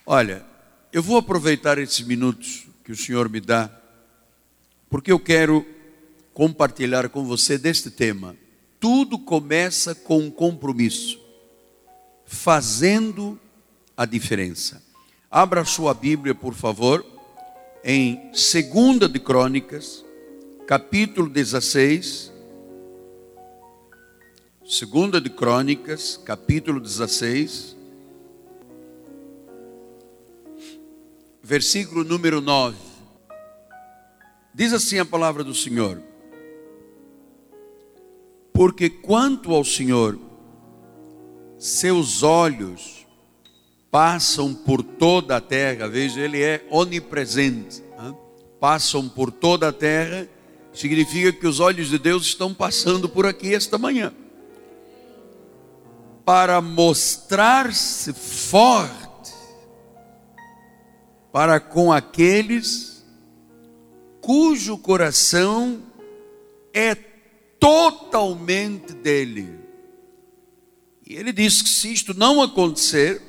Olha, eu vou aproveitar esses minutos que o Senhor me dá, porque eu quero compartilhar com você deste tema. Tudo começa com um compromisso, fazendo a diferença. Abra sua Bíblia, por favor, em 2 de Crônicas, capítulo 16. 2 de Crônicas, capítulo 16, versículo número 9. Diz assim a palavra do Senhor: porque quanto ao Senhor, seus olhos passam por toda a terra. Veja, Ele é onipresente, passam por toda a terra, significa que os olhos de Deus estão passando por aqui esta manhã, para mostrar-se forte para com aqueles cujo coração é totalmente dele. E ele diz que se isto não acontecer,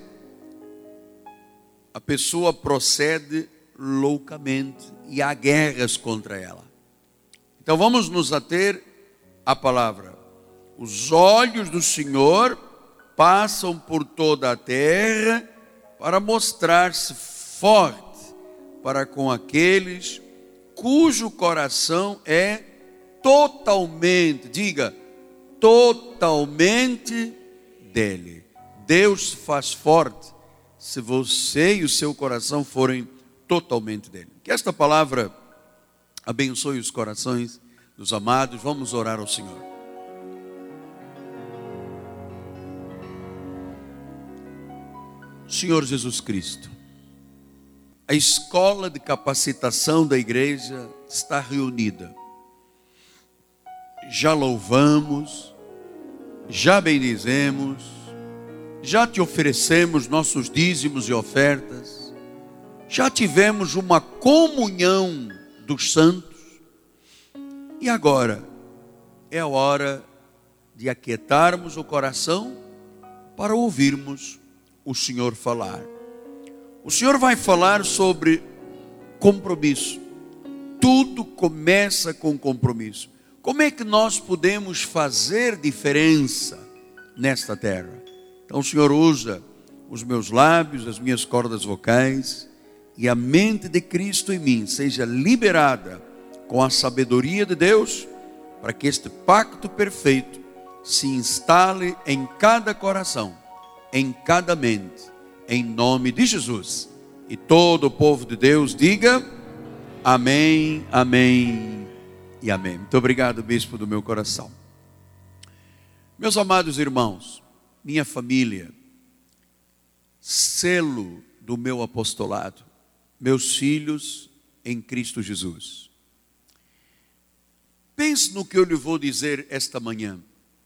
a pessoa procede loucamente e há guerras contra ela. Então vamos nos ater à palavra. Os olhos do Senhor passam por toda a terra para mostrar-se forte para com aqueles cujo coração é totalmente, diga, totalmente dele. Deus se faz forte se você e o seu coração forem totalmente dele. Que esta palavra abençoe os corações dos amados. Vamos orar ao Senhor. Senhor Jesus Cristo, a escola de capacitação da igreja está reunida. Já louvamos, já bendizemos, já te oferecemos nossos dízimos e ofertas, já tivemos uma comunhão dos santos, e agora é a hora de aquietarmos o coração para ouvirmos o Senhor falar. O Senhor vai falar sobre compromisso. Tudo começa com compromisso. Como é que nós podemos fazer diferença nesta terra? Então o Senhor usa os meus lábios, as minhas cordas vocais, e a mente de Cristo em mim seja liberada com a sabedoria de Deus, para que este pacto perfeito se instale em cada coração, em cada mente, em nome de Jesus. E todo o povo de Deus diga amém, amém e amém. Muito obrigado, bispo do meu coração. Meus amados irmãos, minha família, selo do meu apostolado, meus filhos em Cristo Jesus. Pense no que eu lhe vou dizer esta manhã.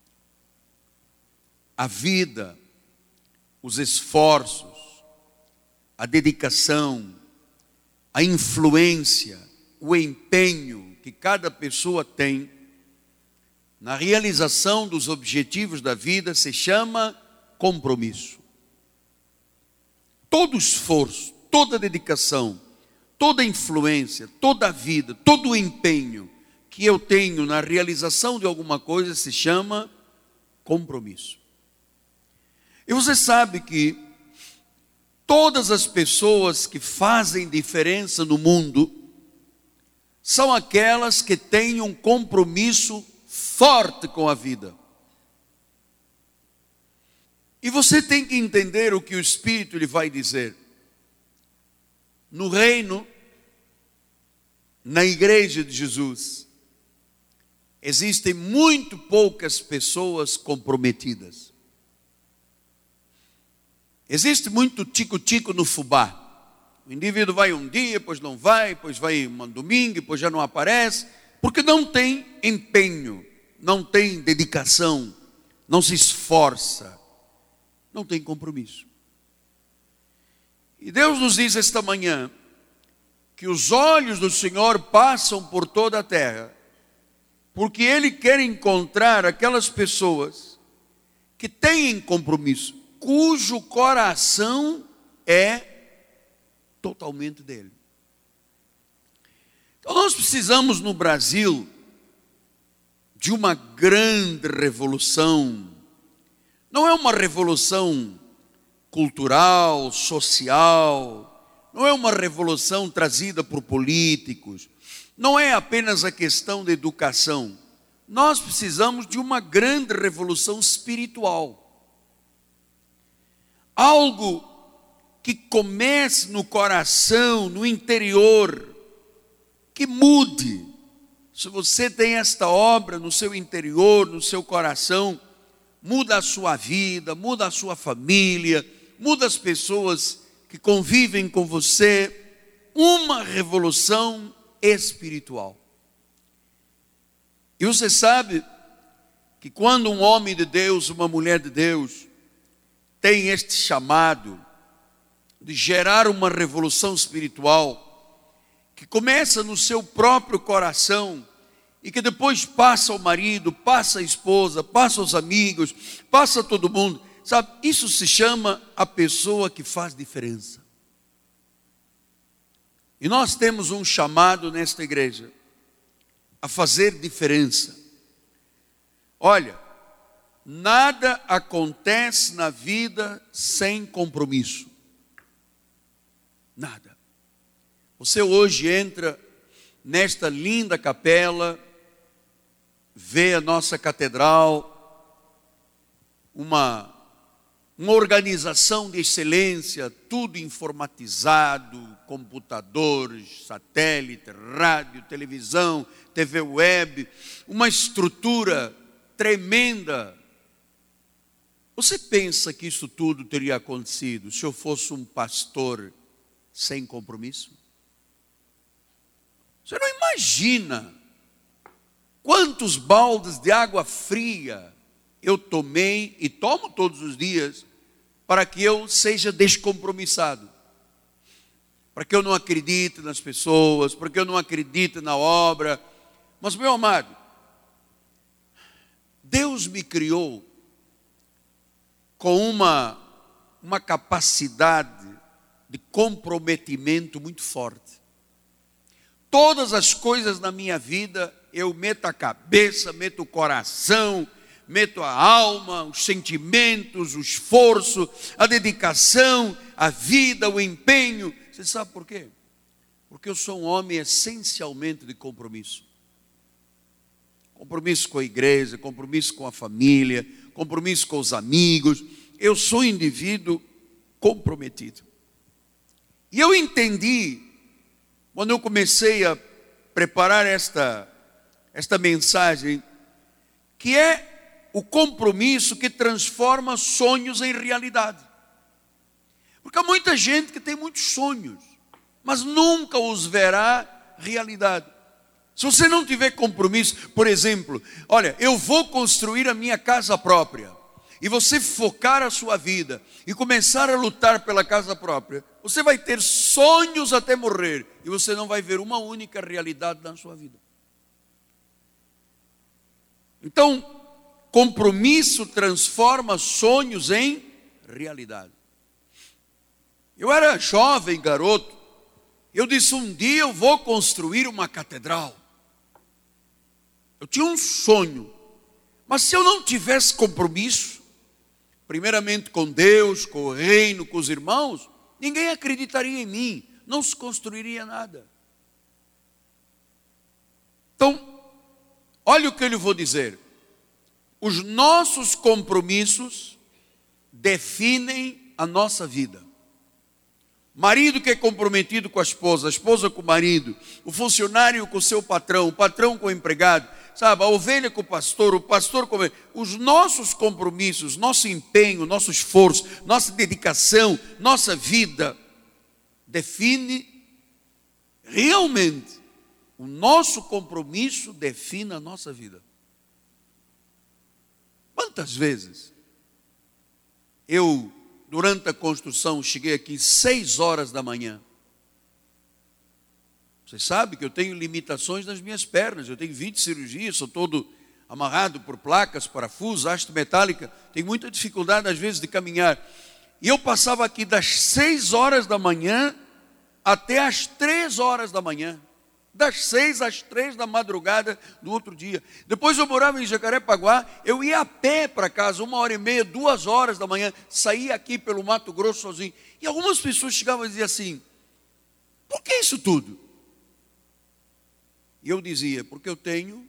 A vida, os esforços, a dedicação, a influência, o empenho que cada pessoa tem na realização dos objetivos da vida se chama compromisso. Todo esforço, toda dedicação, toda influência, toda a vida, todo o empenho que eu tenho na realização de alguma coisa se chama compromisso. E você sabe que todas as pessoas que fazem diferença no mundo são aquelas que têm um compromisso forte com a vida. E você tem que entender o que o Espírito lhe vai dizer. No reino, na igreja de Jesus, existem muito poucas pessoas comprometidas. Existe muito tico-tico no fubá. O indivíduo vai um dia, depois não vai, depois vai um domingo, depois já não aparece, porque não tem empenho, não tem dedicação, não se esforça, não tem compromisso. E Deus nos diz esta manhã que os olhos do Senhor passam por toda a terra, porque Ele quer encontrar aquelas pessoas que têm compromisso, cujo coração é totalmente dele. Então nós precisamos no Brasil de uma grande revolução. Não é uma revolução cultural, social, não é uma revolução trazida por políticos, não é apenas a questão da educação. Nós precisamos de uma grande revolução espiritual. Algo que comece no coração, no interior, que mude. Se você tem esta obra no seu interior, no seu coração, muda a sua vida, muda a sua família, muda as pessoas que convivem com você. Uma revolução espiritual. E você sabe que quando um homem de Deus, uma mulher de Deus, tem este chamado de gerar uma revolução espiritual, que começa no seu próprio coração e que depois passa ao marido, passa a esposa, passa aos amigos, passa a todo mundo, sabe? Isso se chama a pessoa que faz diferença. E nós temos um chamado nesta igreja a fazer diferença. Olha, nada acontece na vida sem compromisso. Nada. Você hoje entra nesta linda capela, vê a nossa catedral, uma organização de excelência, tudo informatizado, computadores, satélite, rádio, televisão, TV web, uma estrutura tremenda. Você pensa que isso tudo teria acontecido se eu fosse um pastor sem compromisso? Você não imagina quantos baldes de água fria eu tomei e tomo todos os dias para que eu seja descompromissado, para que eu não acredite nas pessoas, para que eu não acredite na obra. Mas, meu amado, Deus me criou com uma capacidade de comprometimento muito forte. Todas as coisas na minha vida, eu meto a cabeça, meto o coração, meto a alma, os sentimentos, o esforço, a dedicação, a vida, o empenho. Você sabe por quê? Porque eu sou um homem essencialmente de compromisso. Compromisso com a igreja, compromisso com a família, compromisso com os amigos. Eu sou um indivíduo comprometido. E eu entendi, quando eu comecei a preparar esta mensagem, que é o compromisso que transforma sonhos em realidade. Porque há muita gente que tem muitos sonhos, mas nunca os verá realidade. Se você não tiver compromisso, por exemplo, olha, eu vou construir a minha casa própria, e você focar a sua vida e começar a lutar pela casa própria, você vai ter sonhos até morrer e você não vai ver uma única realidade na sua vida. Então, compromisso transforma sonhos em realidade. Eu era jovem, garoto, eu disse, um dia eu vou construir uma catedral. Eu tinha um sonho, mas se eu não tivesse compromisso, primeiramente com Deus, com o reino, com os irmãos, ninguém acreditaria em mim, não se construiria nada. Então, olha o que eu lhe vou dizer. Os nossos compromissos definem a nossa vida. Marido que é comprometido com a esposa com o marido, o funcionário com o seu patrão, o patrão com o empregado, sabe, a ovelha com o pastor com os nossos compromissos, nosso empenho, nosso esforço, nossa dedicação, nossa vida, define realmente, o nosso compromisso define a nossa vida. Quantas vezes eu, durante a construção, cheguei aqui 6 horas da manhã. Você sabe que eu tenho limitações nas minhas pernas, eu tenho 20 cirurgias, sou todo amarrado por placas, parafusos, haste metálica, tenho muita dificuldade às vezes de caminhar. E eu passava aqui das 6 horas da manhã até às 3 horas da manhã, das 6 às 3 da madrugada do outro dia. Depois eu morava em Jacarepaguá, eu ia a pé para casa, 1h30, 2 horas da manhã, saía aqui pelo Mato Grosso sozinho. E algumas pessoas chegavam e diziam assim: por que isso tudo? E eu dizia: porque eu tenho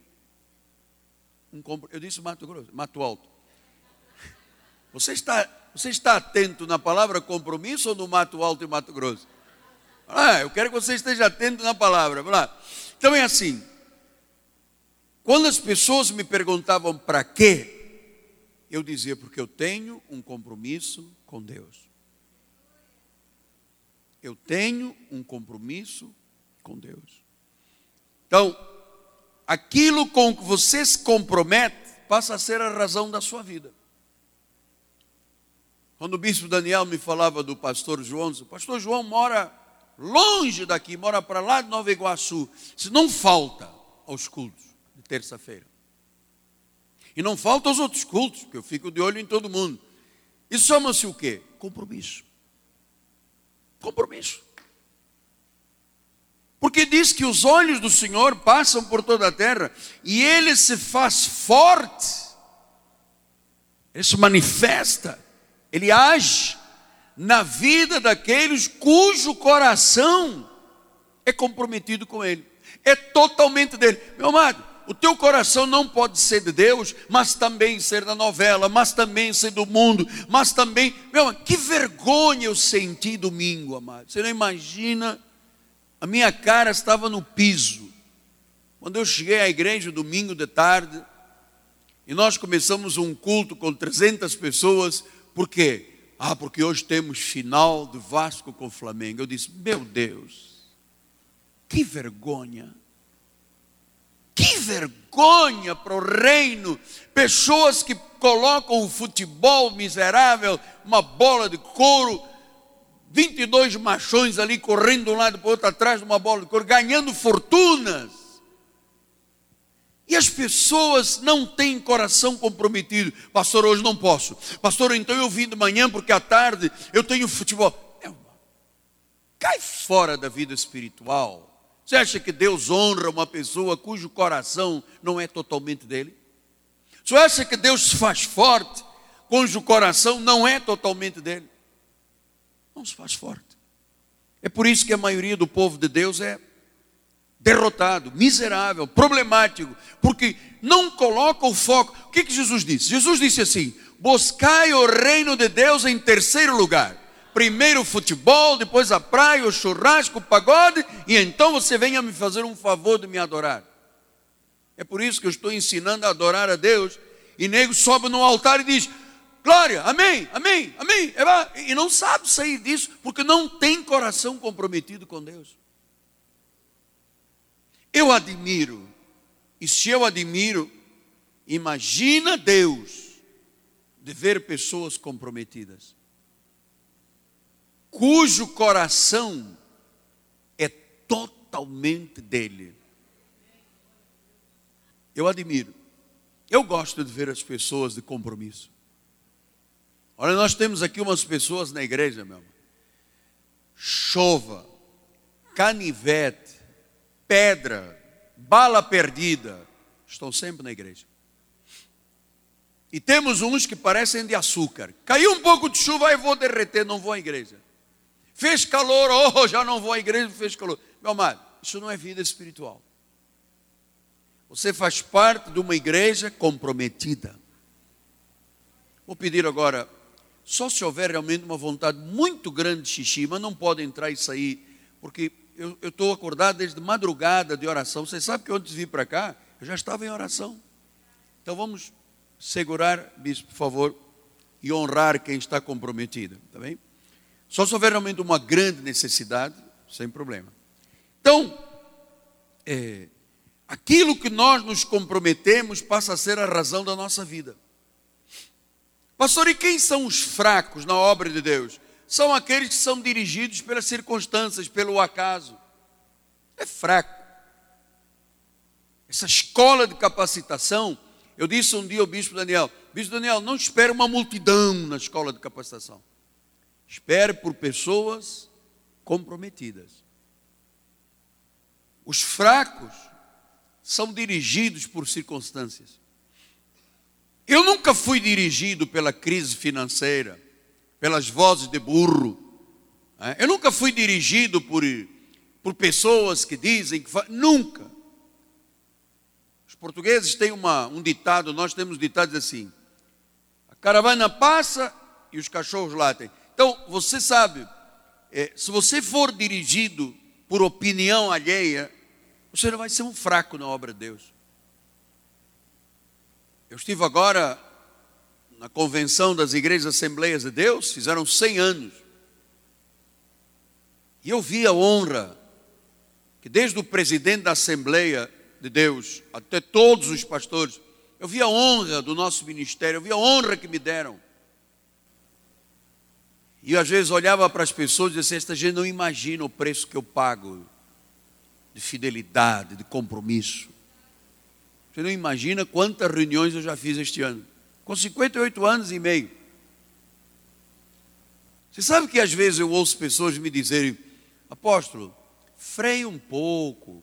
eu disse Mato Grosso, Mato Alto. Você está atento na palavra compromisso ou no Mato Alto e Mato Grosso? Eu quero que você esteja atento na palavra. Vamos lá. Então é assim. Quando as pessoas me perguntavam para quê, eu dizia: porque eu tenho um compromisso com Deus. Eu tenho um compromisso com Deus. Então, aquilo com que você se compromete passa a ser a razão da sua vida. Quando o bispo Daniel me falava do pastor João, o pastor João mora longe daqui, mora para lá de Nova Iguaçu. Se não falta aos cultos de terça-feira. E não falta aos outros cultos, porque eu fico de olho em todo mundo. Isso chama-se o quê? Compromisso. Compromisso. Porque diz que os olhos do Senhor passam por toda a terra e Ele se faz forte, Ele se manifesta, Ele age na vida daqueles cujo coração é comprometido com Ele, é totalmente dele. Meu amado, o teu coração não pode ser de Deus, mas também ser da novela, mas também ser do mundo, mas também... Meu amado, que vergonha eu senti domingo, amado. Você não imagina... A minha cara estava no piso. Quando eu cheguei à igreja domingo de tarde, e nós começamos um culto com 300 pessoas, por quê? Porque hoje temos final do Vasco com o Flamengo. Eu disse: meu Deus, que vergonha. Que vergonha para o reino. Pessoas que colocam o futebol miserável, uma bola de couro, 22 machões ali correndo de um lado para o outro atrás de uma bola de couro, ganhando fortunas. E as pessoas não têm coração comprometido. Pastor, hoje não posso. Pastor, então eu vim de manhã porque à tarde eu tenho futebol. Cai fora da vida espiritual. Você acha que Deus honra uma pessoa cujo coração não é totalmente dele? Você acha que Deus se faz forte cujo coração não é totalmente dele? Não se faz forte. É por isso que a maioria do povo de Deus é derrotado, miserável, problemático, porque não coloca o foco. O que Jesus disse? Jesus disse assim: buscai o reino de Deus em terceiro lugar. Primeiro o futebol, depois a praia, o churrasco, o pagode, e então você venha me fazer um favor de me adorar. É por isso que eu estou ensinando a adorar a Deus, e nego sobe no altar e diz: glória, amém, amém, amém. E não sabe sair disso, porque não tem coração comprometido com Deus. Eu admiro, e se eu admiro, imagina Deus de ver pessoas comprometidas, cujo coração é totalmente dele. Eu admiro, eu gosto de ver as pessoas de compromisso. Olha, nós temos aqui umas pessoas na igreja, meu irmão. Chova, canivete, pedra, bala perdida, estão sempre na igreja. E temos uns que parecem de açúcar. Caiu um pouco de chuva, eu vou derreter, não vou à igreja. Fez calor, já não vou à igreja, fez calor. Meu amado, isso não é vida espiritual. Você faz parte de uma igreja comprometida. Vou pedir agora, só se houver realmente uma vontade muito grande de xixi, mas não pode entrar e sair, porque eu estou acordado desde madrugada de oração. Você sabe que antes de vir para cá, eu já estava em oração. Então vamos segurar, bispo, por favor, e honrar quem está comprometido, tá bem? Só se houver realmente uma grande necessidade, sem problema. Então, aquilo que nós nos comprometemos passa a ser a razão da nossa vida. Pastor, e quem são os fracos na obra de Deus? São aqueles que são dirigidos pelas circunstâncias, pelo acaso. É fraco. Essa escola de capacitação, eu disse um dia ao bispo Daniel: bispo Daniel, não espere uma multidão na escola de capacitação. Espere por pessoas comprometidas. Os fracos são dirigidos por circunstâncias. Eu nunca fui dirigido pela crise financeira, pelas vozes de burro. Eu nunca fui dirigido por pessoas que dizem que nunca. Os portugueses têm um ditado, nós temos ditados assim: a caravana passa e os cachorros latem. Então, você sabe, se você for dirigido por opinião alheia, você não vai ser um fraco na obra de Deus. Eu estive agora na convenção das igrejas Assembleias de Deus, fizeram 100 anos. E eu vi a honra que desde o presidente da Assembleia de Deus até todos os pastores, eu vi a honra do nosso ministério, eu vi a honra que me deram. E eu às vezes olhava para as pessoas e dizia: esta gente não imagina o preço que eu pago de fidelidade, de compromisso. Você não imagina quantas reuniões eu já fiz este ano, com 58 anos e meio. Você sabe que às vezes eu ouço pessoas me dizerem: apóstolo, freie um pouco,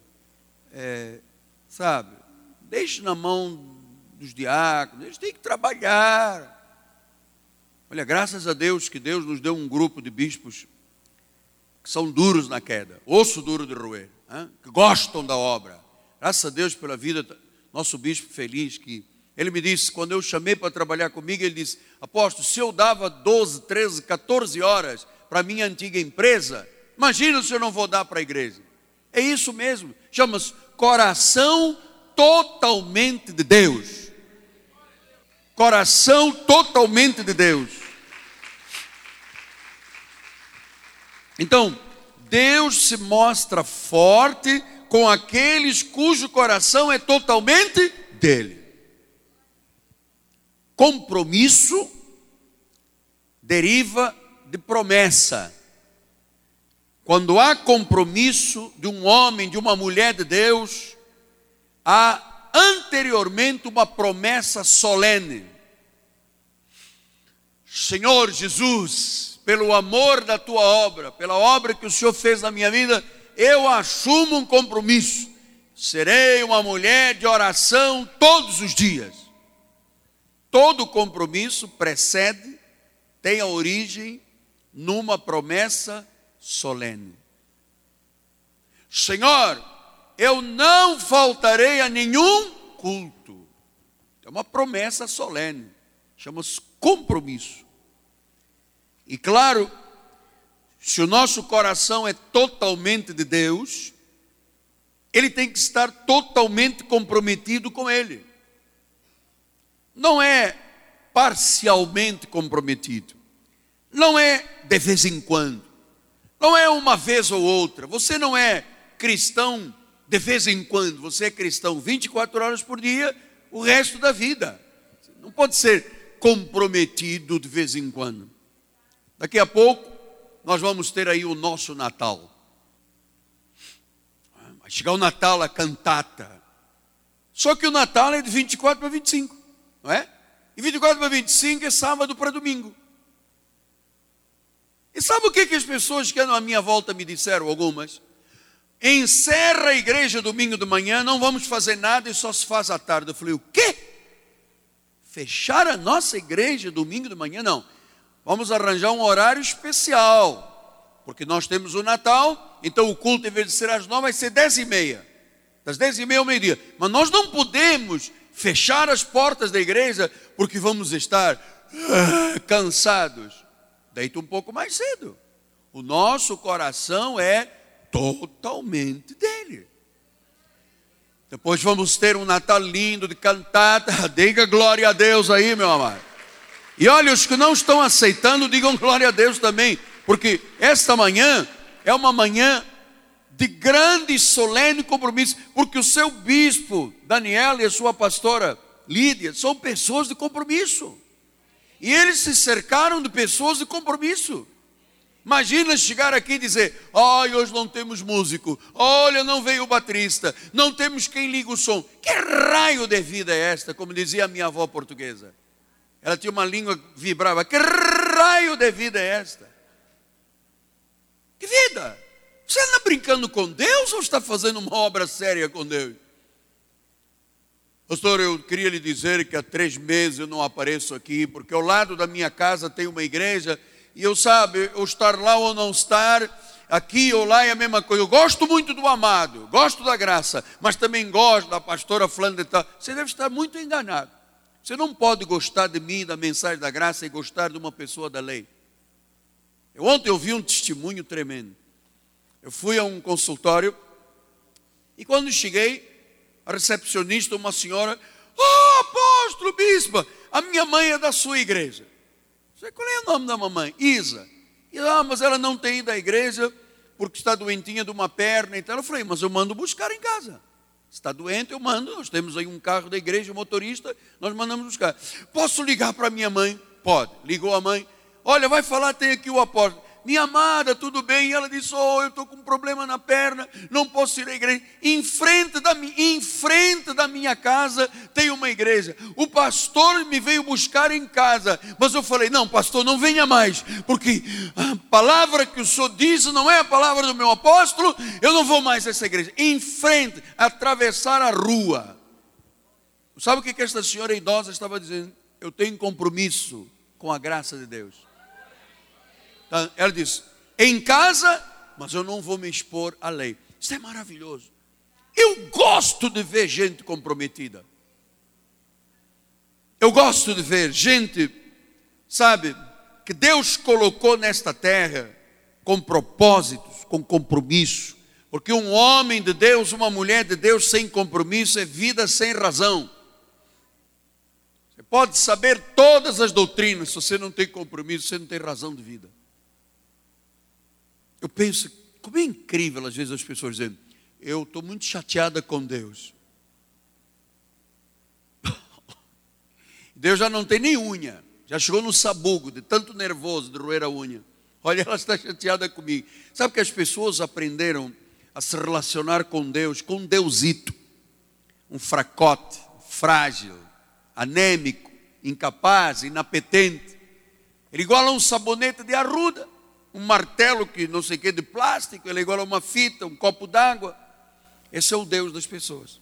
sabe, deixe na mão dos diáconos, eles têm que trabalhar. Olha, graças a Deus que Deus nos deu um grupo de bispos que são duros na queda, osso duro de roer, que gostam da obra. Graças a Deus pela vida do nosso bispo feliz, que ele me disse, quando eu chamei para trabalhar comigo, ele disse: apóstolo, se eu dava 12, 13, 14 horas para a minha antiga empresa, imagina se eu não vou dar para a igreja. É isso mesmo, chama-se coração totalmente de Deus. Coração totalmente de Deus. Então, Deus se mostra forte com aqueles cujo coração é totalmente dele. Compromisso deriva de promessa. Quando há compromisso de um homem, de uma mulher de Deus, há anteriormente uma promessa solene. Senhor Jesus, pelo amor da tua obra, pela obra que o Senhor fez na minha vida, eu assumo um compromisso. Serei uma mulher de oração todos os dias. Todo compromisso precede, tem a origem numa promessa solene. Senhor, eu não faltarei a nenhum culto. É uma promessa solene, chama-se compromisso. E claro, se o nosso coração é totalmente de Deus, ele tem que estar totalmente comprometido com Ele. Não é parcialmente comprometido, não é de vez em quando, não é uma vez ou outra. Você não é cristão de vez em quando, você é cristão 24 horas por dia, o resto da vida. Não pode ser comprometido de vez em quando. Daqui a pouco nós vamos ter aí o nosso Natal. Vai chegar o Natal, a cantata. Só que o Natal é de 24 para 25, não é? E 24 para 25 é sábado para domingo. E sabe o que as pessoas que andam à minha volta me disseram, algumas? Encerra a igreja domingo de manhã, não vamos fazer nada e só se faz à tarde. Eu falei: o quê? Fechar a nossa igreja domingo de manhã? Não. Vamos arranjar um horário especial, porque nós temos o Natal, então o culto, em vez de ser às 9, vai ser 10h30. Das 10h30 ao meio-dia. Mas nós não podemos fechar as portas da igreja, porque vamos estar cansados. Deita um pouco mais cedo. O nosso coração é totalmente dele. Depois vamos ter um Natal lindo de cantata. Diga glória a Deus aí, meu amado. E olha, os que não estão aceitando, digam glória a Deus também, porque esta manhã é uma manhã de grande e solene compromisso, porque o seu bispo Daniel e a sua pastora Lídia são pessoas de compromisso, e eles se cercaram de pessoas de compromisso. Imagina chegar aqui e dizer: olha, hoje não temos músico, olha, não veio o baterista, não temos quem liga o som. Que raio de vida é esta? Como dizia a minha avó portuguesa, ela tinha uma língua que vibrava. Que raio de vida é esta? Que vida? Você anda brincando com Deus ou está fazendo uma obra séria com Deus? Pastor, eu queria lhe dizer que há 3 meses eu não apareço aqui, porque ao lado da minha casa tem uma igreja, e eu estar lá ou não estar, aqui ou lá é a mesma coisa. Eu gosto muito do amado, gosto da graça, mas também gosto da pastora fulana de tal. Você deve estar muito enganado. Você não pode gostar de mim, da mensagem da graça, e gostar de uma pessoa da lei. Ontem eu vi um testemunho tremendo. Eu fui a um consultório e quando cheguei, a recepcionista, uma senhora, apóstolo, bispo, a minha mãe é da sua igreja. Qual é o nome da mamãe? Isa. E mas ela não tem ido à igreja porque está doentinha de uma perna e tal. Eu falei, mas eu mando buscar em casa. Se está doente, eu mando. Nós temos aí um carro da igreja, motorista, nós mandamos buscar. Posso ligar para minha mãe? Pode. Ligou a mãe. Olha, vai falar, tem aqui o apóstolo. Minha amada, tudo bem? E ela disse, eu estou com um problema na perna, não posso ir à igreja. Em frente da minha casa tem uma igreja. O pastor me veio buscar em casa. Mas eu falei, não, pastor, não venha mais. Porque a palavra que o senhor diz não é a palavra do meu apóstolo. Eu não vou mais a essa igreja. Em frente, atravessar a rua. Sabe o que esta senhora idosa estava dizendo? Eu tenho compromisso com a graça de Deus. Ela disse, em casa, mas eu não vou me expor à lei. Isso é maravilhoso. Eu gosto de ver gente comprometida. Eu gosto de ver gente, sabe, que Deus colocou nesta terra com propósitos, com compromisso. Porque um homem de Deus, uma mulher de Deus sem compromisso é vida sem razão. Você pode saber todas as doutrinas, se você não tem compromisso, você não tem razão de vida. Eu penso, como é incrível às vezes as pessoas dizendo, eu estou muito chateada com Deus. Deus já não tem nem unha, já chegou no sabugo, de tanto nervoso de roer a unha. Olha, ela está chateada comigo. Sabe que as pessoas aprenderam a se relacionar com Deus, com um deusito, um fracote, frágil, anêmico, incapaz, inapetente. Ele iguala a um sabonete de arruda. Um martelo que não sei o que de plástico, ele é igual a uma fita, um copo d'água. Esse é o Deus das pessoas.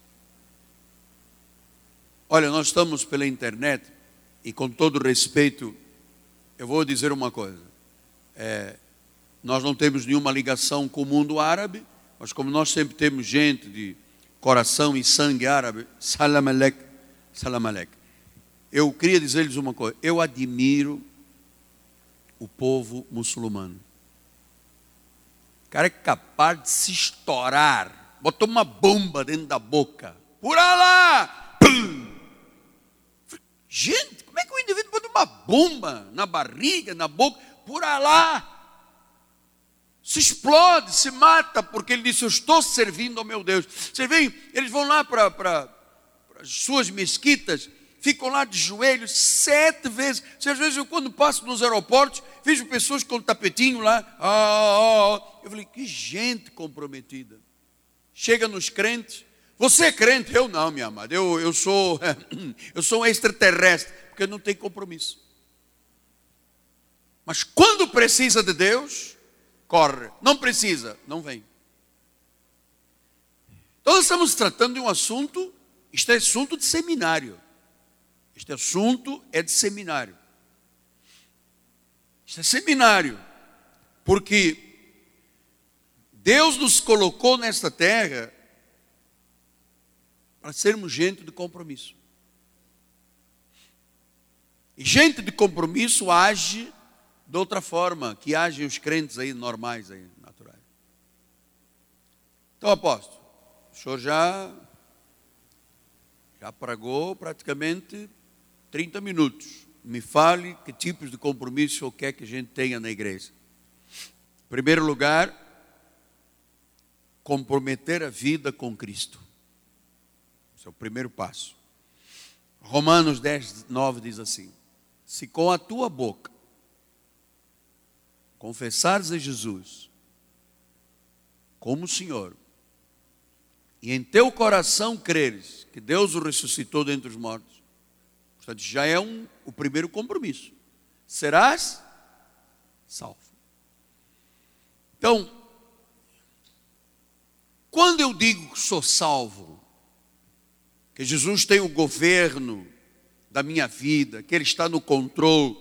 Olha, nós estamos pela internet e com todo respeito, eu vou dizer uma coisa. Nós não temos nenhuma ligação com o mundo árabe, mas como nós sempre temos gente de coração e sangue árabe, salam alek, salam alek. Eu queria dizer-lhes uma coisa, eu admiro o povo muçulmano. O cara é capaz de se estourar, botou uma bomba dentro da boca, por lá, pum! Gente, como é que o indivíduo bota uma bomba na barriga, na boca, por lá? Se explode, se mata, porque ele disse, eu estou servindo ao meu Deus. Você vê, eles vão lá para as suas mesquitas, ficam lá de joelhos 7 vezes. Às vezes eu quando passo nos aeroportos, vejo pessoas com tapetinho lá. Eu falei, que gente comprometida. Chega nos crentes. Você é crente? Eu não, minha amada. Eu sou um extraterrestre, porque não tem compromisso. Mas quando precisa de Deus, corre. Não precisa, não vem. Então nós estamos tratando de um assunto, isto é assunto de seminário. Este assunto é de seminário. Isto é seminário. Porque Deus nos colocou nesta terra para sermos gente de compromisso. E gente de compromisso age de outra forma que agem os crentes aí normais, aí, naturais. Então, apóstolo, o senhor já pregou praticamente 30 minutos. Me fale que tipos de compromisso o senhor quer que a gente tenha na igreja. Em primeiro lugar, comprometer a vida com Cristo. Esse é o primeiro passo. Romanos 10, 9 diz assim: se com a tua boca confessares a Jesus como Senhor, e em teu coração creres que Deus o ressuscitou dentre os mortos, portanto, já é o primeiro compromisso. Serás salvo. Então, quando eu digo que sou salvo, que Jesus tem o governo da minha vida, que Ele está no controle,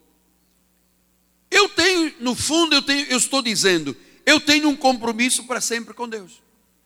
eu tenho, no fundo, eu estou dizendo, eu tenho um compromisso para sempre com Deus.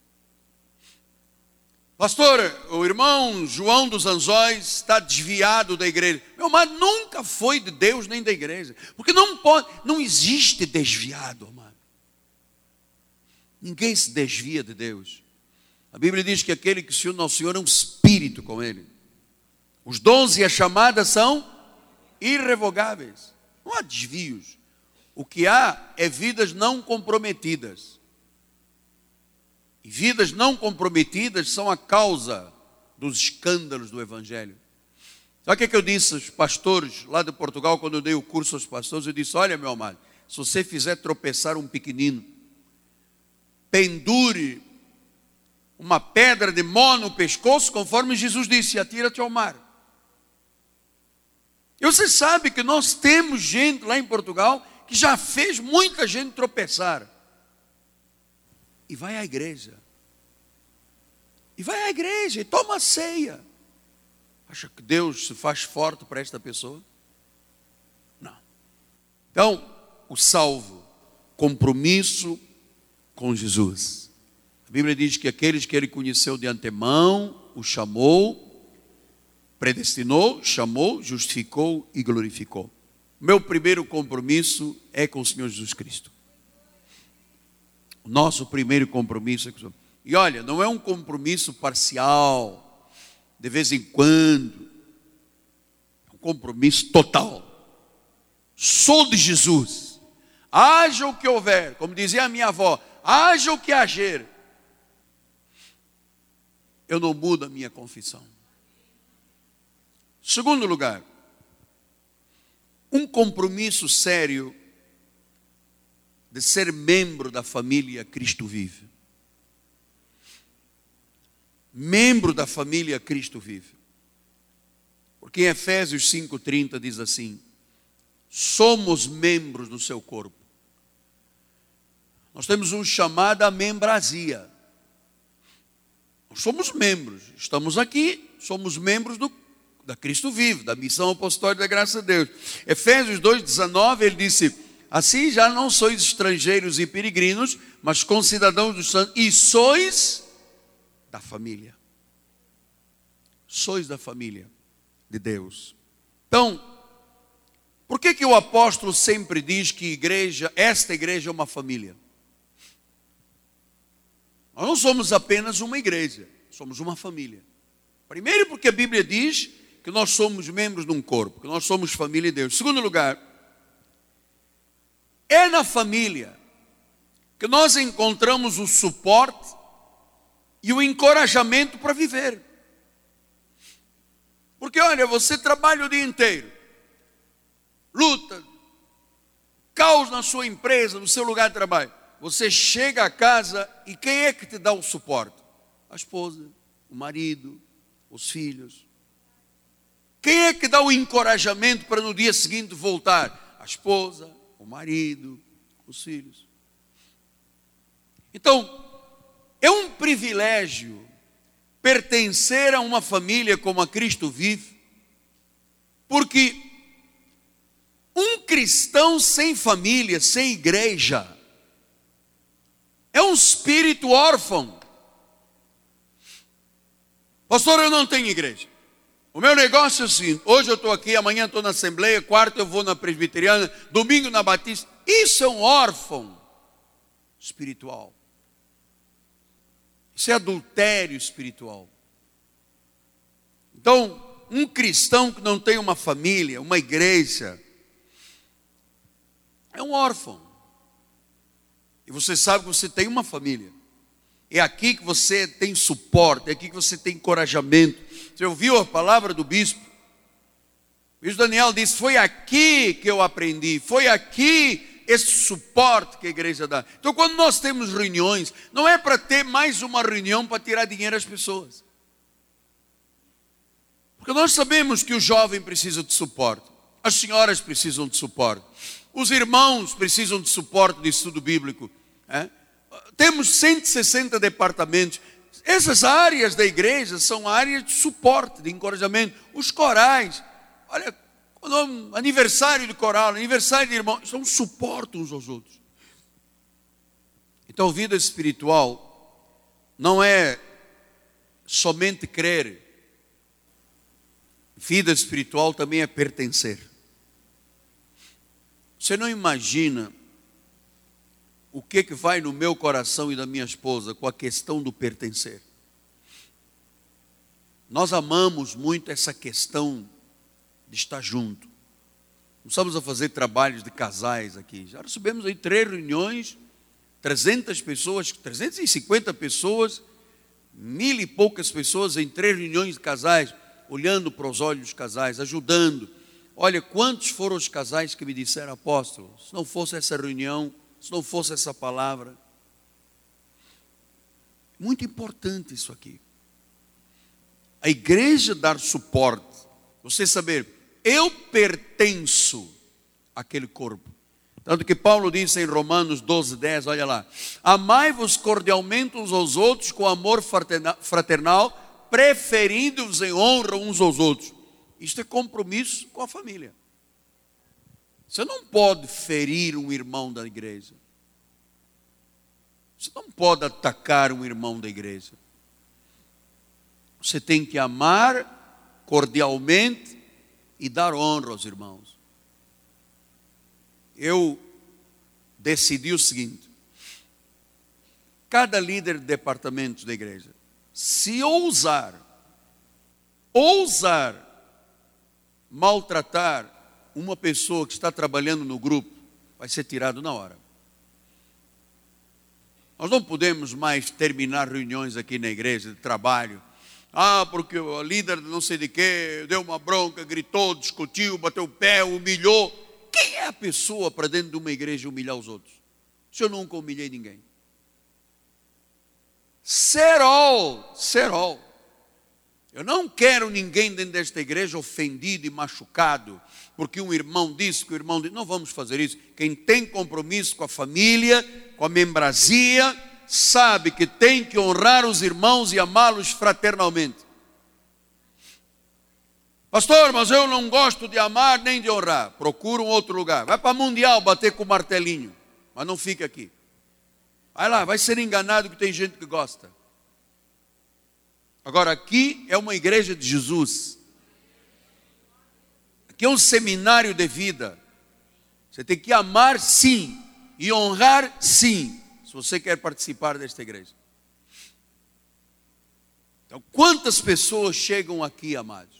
Pastor, o irmão João dos Anzóis está desviado da igreja. Meu amado, nunca foi de Deus nem da igreja. Porque não existe desviado, amado. Ninguém se desvia de Deus. A Bíblia diz que aquele que se une ao Senhor é um espírito com Ele. Os dons e a chamada são irrevogáveis. Não há desvios. O que há é vidas não comprometidas. E vidas não comprometidas são a causa dos escândalos do Evangelho. Sabe o que eu disse aos pastores lá de Portugal, quando eu dei o curso aos pastores? Eu disse, olha, meu amado, se você fizer tropeçar um pequenino, pendure uma pedra de mó no pescoço, conforme Jesus disse, atira-te ao mar. E você sabe que nós temos gente lá em Portugal que já fez muita gente tropeçar. E vai à igreja. E vai à igreja e toma a ceia. Acha que Deus se faz forte para esta pessoa? Não. Então, o salvo, compromisso com Jesus. A Bíblia diz que aqueles que Ele conheceu de antemão, o chamou, predestinou, chamou, justificou e glorificou. Meu primeiro compromisso é com o Senhor Jesus Cristo. O nosso primeiro compromisso é com o Senhor. E olha, não é um compromisso parcial, de vez em quando. É um compromisso total. Sou de Jesus. Haja o que houver, como dizia a minha avó, haja o que hager. Eu não mudo a minha confissão. Segundo lugar, um compromisso sério de ser membro da família Cristo Vive. Membro da família Cristo Vive. Porque em Efésios 5:30 diz assim, somos membros do seu corpo. Nós temos um chamado à membrasia. Nós somos membros, estamos aqui, somos membros da Cristo Vive, da missão apostólica da graça de Deus. Efésios 2:19, ele disse, assim já não sois estrangeiros e peregrinos, mas concidadãos dos santos, e sois da família. Sois da família de Deus. Então, por que o apóstolo sempre diz que esta igreja é uma família? Nós não somos apenas uma igreja, somos uma família. Primeiro porque a Bíblia diz que nós somos membros de um corpo, que nós somos família de Deus. Segundo lugar, é na família que nós encontramos o suporte e o encorajamento para viver. Porque olha, você trabalha o dia inteiro, luta, caos na sua empresa, no seu lugar de trabalho. Você chega a casa e quem é que te dá o suporte? A esposa, o marido, os filhos. Quem é que dá o encorajamento para no dia seguinte voltar? A esposa, o marido, os filhos. Então, é um privilégio pertencer a uma família como a Cristo Vive, porque um cristão sem família, sem igreja, é um espírito órfão. Pastor, eu não tenho igreja. O meu negócio é assim, hoje eu estou aqui, amanhã estou na Assembleia, quarta eu vou na Presbiteriana, domingo na Batista. Isso é um órfão espiritual. Isso é adultério espiritual. Então, um cristão que não tem uma família, uma igreja, é um órfão. E você sabe que você tem uma família. É aqui que você tem suporte, é aqui que você tem encorajamento. Você ouviu a palavra do bispo? O bispo Daniel disse, foi aqui que eu aprendi, foi aqui esse suporte que a igreja dá. Então quando nós temos reuniões, não é para ter mais uma reunião para tirar dinheiro às pessoas. Porque nós sabemos que o jovem precisa de suporte, as senhoras precisam de suporte, os irmãos precisam de suporte de estudo bíblico. Temos 160 departamentos. Essas áreas da igreja são áreas de suporte, de encorajamento. Os corais, olha, aniversário de coral, aniversário de irmão, são suporte uns aos outros. Então, vida espiritual não é somente crer. Vida espiritual também é pertencer. Você não imagina o que vai no meu coração e da minha esposa com a questão do pertencer. Nós amamos muito essa questão de estar junto. Começamos a fazer trabalhos de casais aqui. Já recebemos aí 3 reuniões, 300 pessoas, 350 pessoas, 1000 e poucas pessoas em 3 reuniões de casais, olhando para os olhos dos casais, ajudando. Olha, quantos foram os casais que me disseram: apóstolo, se não fosse essa reunião, se não fosse essa palavra. Muito importante isso aqui. A igreja dar suporte. Você saber, eu pertenço àquele corpo. Tanto que Paulo disse em Romanos 12:10, olha lá: amai-vos cordialmente uns aos outros com amor fraternal, preferindo-vos em honra uns aos outros. Isto é compromisso com a família. Você não pode ferir um irmão da igreja. Você não pode atacar um irmão da igreja. Você tem que amar cordialmente e dar honra aos irmãos. Eu decidi o seguinte: cada líder de departamento da igreja, se ousar maltratar uma pessoa que está trabalhando no grupo, vai ser tirado na hora. Nós não podemos mais terminar reuniões aqui na igreja de trabalho. Porque o líder não sei de quê, deu uma bronca, gritou, discutiu, bateu o pé, humilhou. Quem é a pessoa para dentro de uma igreja humilhar os outros? Se eu nunca humilhei ninguém. Serol. Eu não quero ninguém dentro desta igreja ofendido e machucado, porque um irmão disse, que o irmão disse. Não vamos fazer isso. Quem tem compromisso com a família, com a membrazia, sabe que tem que honrar os irmãos e amá-los fraternalmente. Pastor, mas eu não gosto de amar nem de honrar. Procura um outro lugar. Vai para Mundial bater com o martelinho, mas não fica aqui. Vai lá, vai ser enganado que tem gente que gosta. Agora, aqui é uma igreja de Jesus. Aqui é um seminário de vida. Você tem que amar sim e honrar sim, se você quer participar desta igreja. Então, quantas pessoas chegam aqui, amados,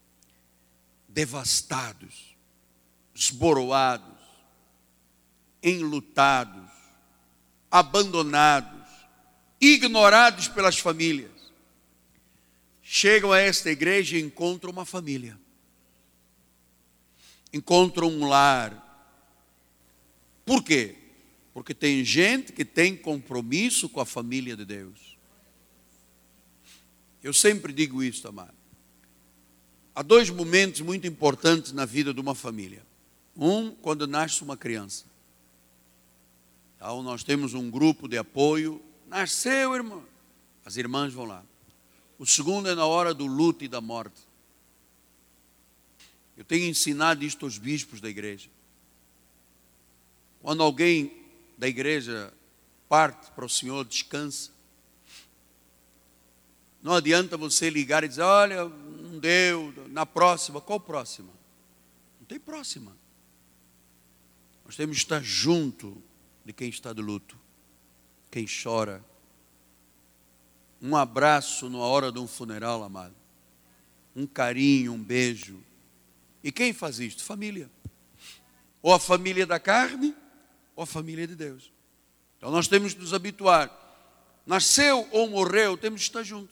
devastados, esboroados, enlutados, abandonados, ignorados pelas famílias. Chegam a esta igreja e encontram uma família. Encontram um lar. Por quê? Porque tem gente que tem compromisso com a família de Deus. Eu sempre digo isso, amado. Há 2 momentos muito importantes na vida de uma família. Um, quando nasce uma criança. Então, nós temos um grupo de apoio. Nasceu, irmão. As irmãs vão lá. O segundo é na hora do luto e da morte. Eu tenho ensinado isto aos bispos da igreja. Quando alguém da igreja parte para o Senhor, descansa. Não adianta você ligar e dizer: olha, não deu, na próxima. Qual próxima? Não tem próxima. Nós temos que estar junto de quem está de luto, quem chora. Um abraço na hora de um funeral, amado. Um carinho, um beijo. E quem faz isto? Família. Ou a família da carne, ou a família de Deus. Então nós temos que nos habituar. Nasceu ou morreu, temos que estar juntos.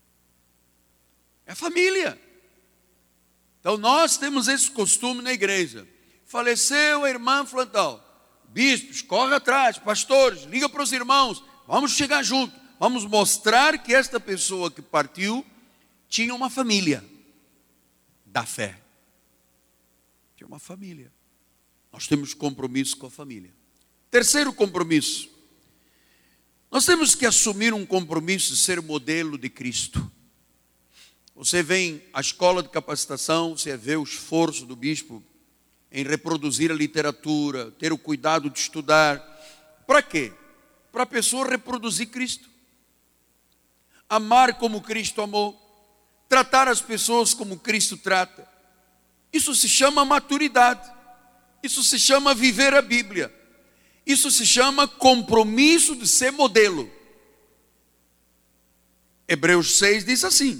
É família. Então nós temos esse costume na igreja. Faleceu a irmã Flantal. Bispos, corre atrás, pastores, liga para os irmãos. Vamos chegar juntos. Vamos mostrar que esta pessoa que partiu tinha uma família da fé. Tinha uma família. Nós temos compromisso com a família. Terceiro compromisso. Nós temos que assumir um compromisso de ser modelo de Cristo. Você vem à escola de capacitação, você vê o esforço do bispo em reproduzir a literatura, ter o cuidado de estudar. Para quê? Para a pessoa reproduzir Cristo. Amar como Cristo amou. Tratar as pessoas como Cristo trata. Isso se chama maturidade. Isso se chama viver a Bíblia. Isso se chama compromisso de ser modelo. Hebreus 6 diz assim: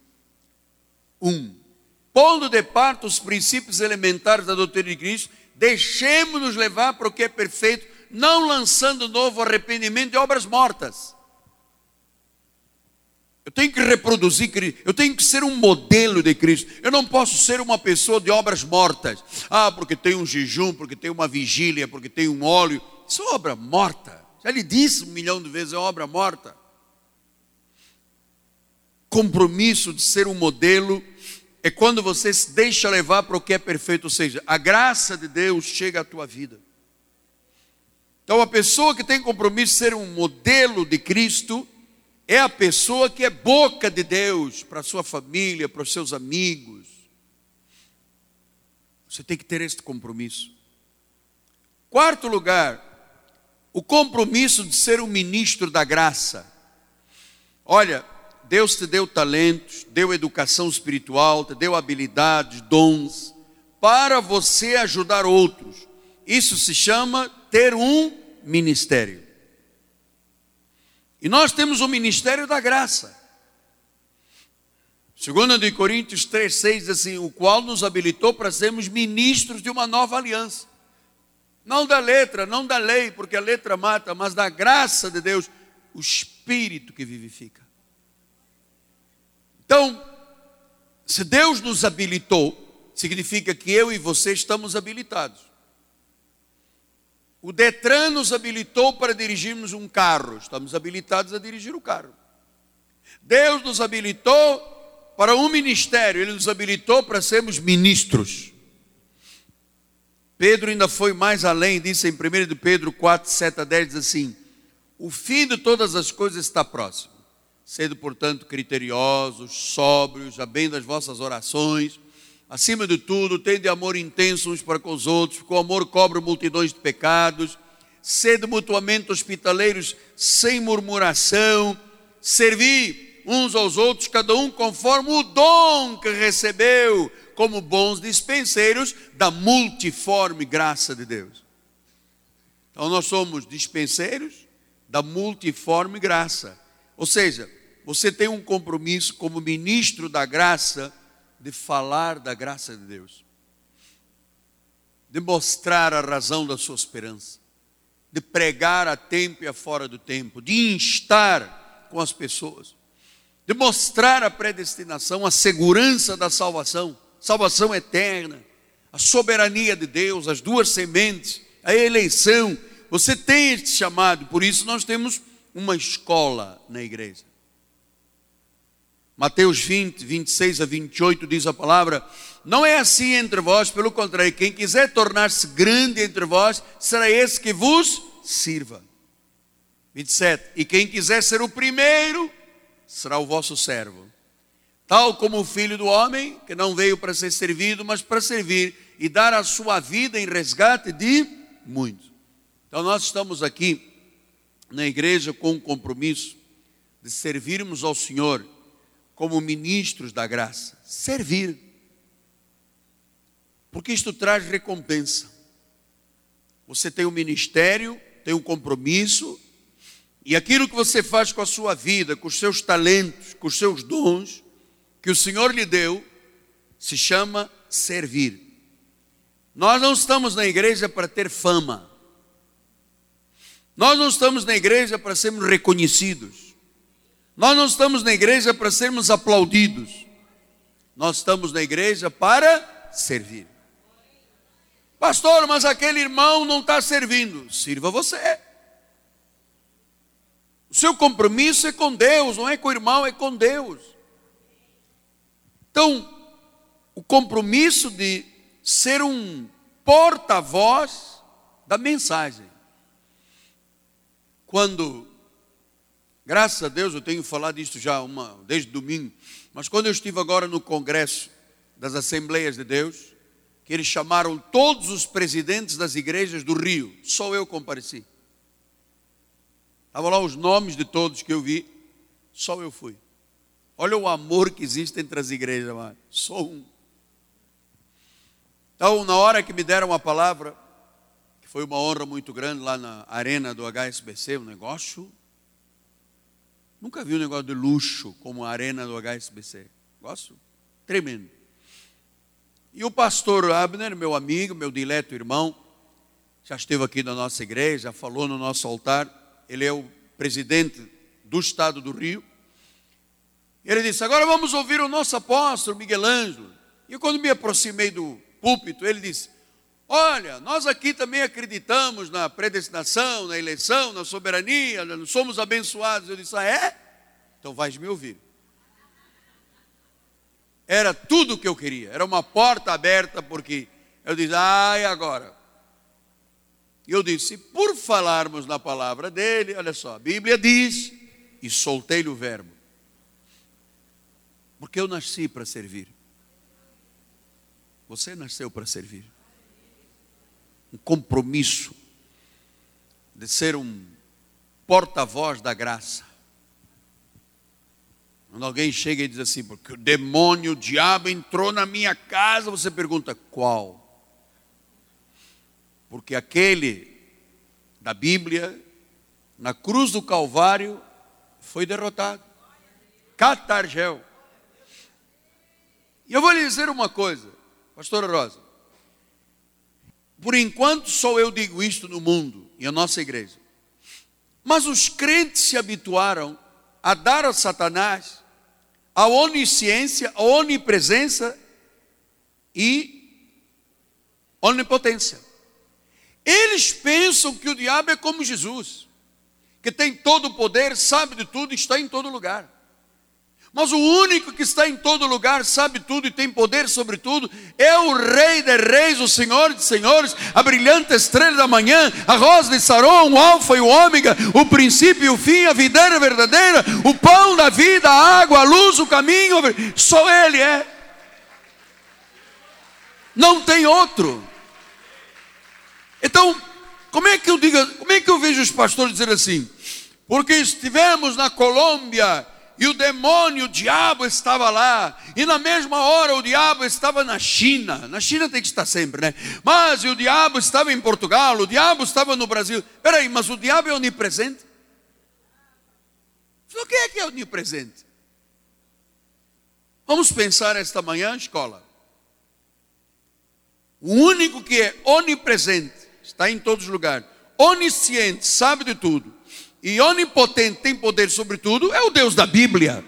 pondo de parte os princípios elementares da doutrina de Cristo, deixemos-nos levar para o que é perfeito, não lançando novo arrependimento de obras mortas. Eu tenho que reproduzir Cristo, eu tenho que ser um modelo de Cristo. Eu não posso ser uma pessoa de obras mortas. Porque tem um jejum, porque tem uma vigília, porque tem um óleo. Isso é obra morta. Já lhe disse 1 milhão de vezes, é obra morta. Compromisso de ser um modelo é quando você se deixa levar para o que é perfeito, ou seja, a graça de Deus chega à tua vida. Então a pessoa que tem compromisso de ser um modelo de Cristo é a pessoa que é boca de Deus para a sua família, para os seus amigos. Você tem que ter este compromisso. Quarto lugar, o compromisso de ser um ministro da graça. Olha, Deus te deu talentos, deu educação espiritual, te deu habilidades, dons, para você ajudar outros. Isso se chama ter um ministério. E nós temos o ministério da graça. 2 Coríntios 3,6 diz assim: o qual nos habilitou para sermos ministros de uma nova aliança. Não da letra, não da lei, porque a letra mata, mas da graça de Deus, o Espírito que vivifica. Então, se Deus nos habilitou, significa que eu e você estamos habilitados. O Detran nos habilitou para dirigirmos um carro, estamos habilitados a dirigir o carro. Deus nos habilitou para um ministério, Ele nos habilitou para sermos ministros. Pedro ainda foi mais além, disse em 1 de Pedro 4, 7 a 10, diz assim: o fim de todas as coisas está próximo. Sendo, portanto, criteriosos, sóbrios, a bem das vossas orações. Acima de tudo, tende amor intenso uns para com os outros, porque o amor cobre multidões de pecados. Sede mutuamente hospitaleiros, sem murmuração. Servi uns aos outros, cada um conforme o dom que recebeu, como bons dispenseiros da multiforme graça de Deus. Então nós somos dispenseiros da multiforme graça. Ou seja, você tem um compromisso como ministro da graça de falar da graça de Deus, de mostrar a razão da sua esperança, de pregar a tempo e a fora do tempo, de instar com as pessoas, de mostrar a predestinação, a segurança da salvação, salvação eterna, a soberania de Deus, as duas sementes, a eleição. Você tem este chamado, por isso nós temos uma escola na igreja. Mateus 20, 26 a 28 diz a palavra: não é assim entre vós, pelo contrário, quem quiser tornar-se grande entre vós, será esse que vos sirva. 27, e quem quiser ser o primeiro, será o vosso servo. Tal como o Filho do Homem, que não veio para ser servido, mas para servir e dar a sua vida em resgate de muitos. Então nós estamos aqui na igreja com um compromisso de servirmos ao Senhor como ministros da graça. Servir. Porque isto traz recompensa. Você tem um ministério, tem um compromisso, e aquilo que você faz com a sua vida, com os seus talentos, com os seus dons, que o Senhor lhe deu, se chama servir. Nós não estamos na igreja para ter fama. Nós não estamos na igreja para sermos reconhecidos. Nós não estamos na igreja para sermos aplaudidos. Nós estamos na igreja para servir. Pastor, mas aquele irmão não está servindo. Sirva você. O seu compromisso é com Deus, não é com o irmão, é com Deus. Então, o compromisso de ser um porta-voz da mensagem. Quando Graças a Deus eu tenho falado isto já desde domingo. Mas quando eu estive agora no congresso das Assembleias de Deus, que eles chamaram todos os presidentes das igrejas do Rio, só eu compareci. Estavam lá os nomes de todos que eu vi, só eu fui. Olha o amor que existe entre as igrejas, mano. Só um. Então, na hora que me deram a palavra, que foi uma honra muito grande lá na arena do HSBC, um negócio. Nunca vi um negócio de luxo como a arena do HSBC. Negócio tremendo. E o pastor Abner, meu amigo, meu dileto irmão, já esteve aqui na nossa igreja, já falou no nosso altar. Ele é o presidente do estado do Rio. E ele disse: agora vamos ouvir o nosso apóstolo Miguel Ângelo. E quando me aproximei do púlpito, ele disse: olha, nós aqui também acreditamos na predestinação, na eleição, na soberania, nós somos abençoados. Eu disse: ah, é? Então vais me ouvir. Era tudo o que eu queria, era uma porta aberta, porque eu disse: e agora? E eu disse: por falarmos na palavra dele, olha só, a Bíblia diz, e soltei-lhe o verbo. Porque eu nasci para servir. Você nasceu para servir. Um compromisso de ser um porta-voz da graça. Quando alguém chega e diz assim: porque o demônio, o diabo entrou na minha casa, você pergunta: qual? Porque aquele da Bíblia, na cruz do Calvário, foi derrotado. Catargel. E eu vou lhe dizer uma coisa, pastora Rosa. Por enquanto só eu digo isto no mundo e a nossa igreja. Mas os crentes se habituaram a dar a Satanás a onisciência, a onipresença e onipotência. Eles pensam que o diabo é como Jesus, que tem todo o poder, sabe de tudo e está em todo lugar. Mas o único que está em todo lugar, sabe tudo e tem poder sobre tudo, é o Rei de Reis, o Senhor de Senhores, a brilhante estrela da manhã, a rosa de Saron, o alfa e o ômega, o princípio e o fim, a videira verdadeira, o pão da vida, a água, a luz, o caminho. Só Ele é. Não tem outro. Então, como é que eu vejo os pastores dizer assim? Porque estivemos na Colômbia e o demônio, o diabo estava lá, e na mesma hora o diabo estava na China. Na China tem que estar sempre, né? Mas o diabo estava em Portugal, o diabo estava no Brasil. Peraí, mas o diabo é onipresente? O que é onipresente? Vamos pensar esta manhã, escola. O único que é onipresente, está em todos os lugares, onisciente, sabe de tudo, e onipotente, tem poder sobre tudo, é o Deus da Bíblia.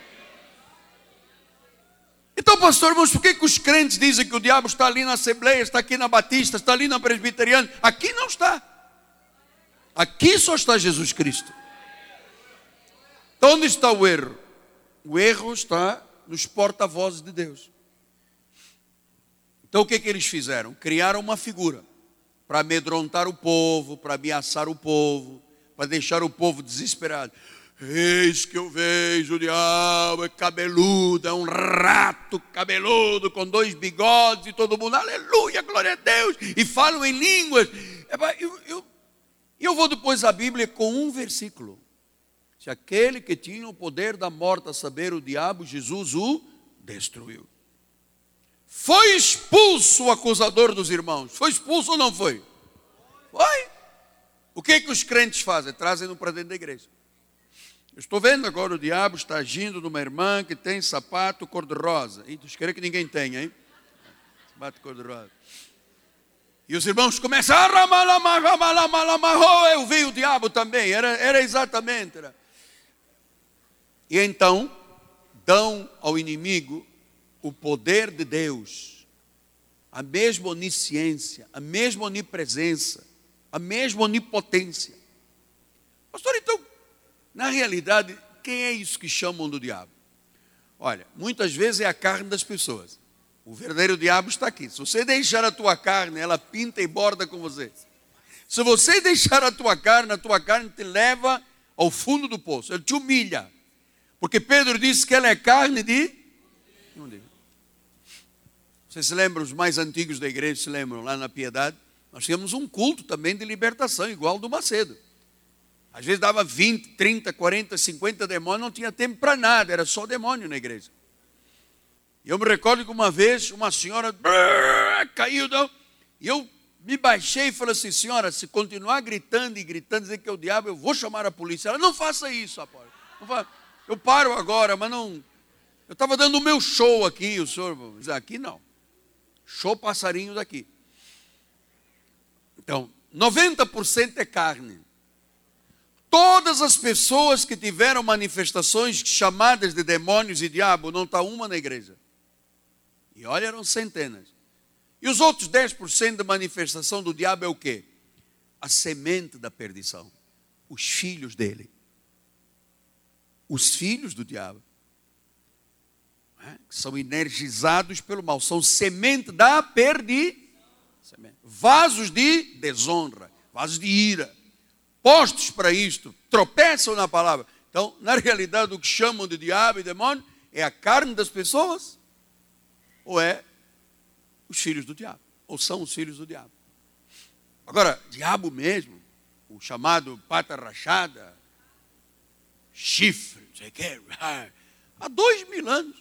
Então, pastor, mas por que os crentes dizem que o diabo está ali na Assembleia, está aqui na Batista, está ali na Presbiteriana? Aqui não está. Aqui só está Jesus Cristo. Então, onde está o erro? O erro está nos porta-vozes de Deus. Então, o que eles fizeram? Criaram uma figura para amedrontar o povo, para ameaçar o povo, para deixar o povo desesperado. Eis que eu vejo o diabo, é cabeludo, é um rato cabeludo, com 2 bigodes, e todo mundo, aleluia, glória a Deus, e falam em línguas. Eu vou depois à Bíblia com um versículo. Se aquele que tinha o poder da morte, a saber, o diabo, Jesus o destruiu. Foi expulso o acusador dos irmãos. Foi expulso ou não foi? Foi. O que os crentes fazem? Trazem-no para dentro da igreja. Eu estou vendo agora o diabo está agindo numa irmã que tem sapato cor-de-rosa. E tu quer que ninguém tenha, hein? Sapato cor-de-rosa. E os irmãos começam a eu vi o diabo também. Era exatamente. E então dão ao inimigo o poder de Deus, a mesma onisciência, a mesma onipresença, a mesma onipotência. Pastor, então, na realidade, quem é isso que chamam do diabo? Olha, muitas vezes é a carne das pessoas. O verdadeiro diabo está aqui. Se você deixar a tua carne, ela pinta e borda com você. Se você deixar a tua carne te leva ao fundo do poço. Ele te humilha. Porque Pedro disse que ela é carne de... Vocês se lembram, os mais antigos da igreja se lembram, lá na Piedade, nós tínhamos um culto também de libertação, igual do Macedo. Às vezes dava 20, 30, 40, 50 demônios, não tinha tempo para nada, era só demônio na igreja. E eu me recordo que uma vez uma senhora caiu, e eu me baixei e falei assim: senhora, se continuar gritando e gritando, dizer que é o diabo, eu vou chamar a polícia. Ela: não faça isso, rapaz. Eu paro agora, mas não... Eu estava dando o meu show aqui, o senhor... Aqui não. Show passarinho daqui. Então, 90% é carne. Todas as pessoas que tiveram manifestações chamadas de demônios e diabo, não está uma na igreja. E olha, eram centenas. E os outros 10% de manifestação do diabo é o quê? A semente da perdição. Os filhos dele. Os filhos do diabo. Que são energizados pelo mal. São semente da perdição. Vasos de desonra. Vasos de ira. Postos para isto. Tropeçam na palavra. Então, na realidade, o que chamam de diabo e demônio é a carne das pessoas, ou é os filhos do diabo, ou são os filhos do diabo. Agora, diabo mesmo, o chamado pata rachada, chifre, não sei o que, há 2000 anos,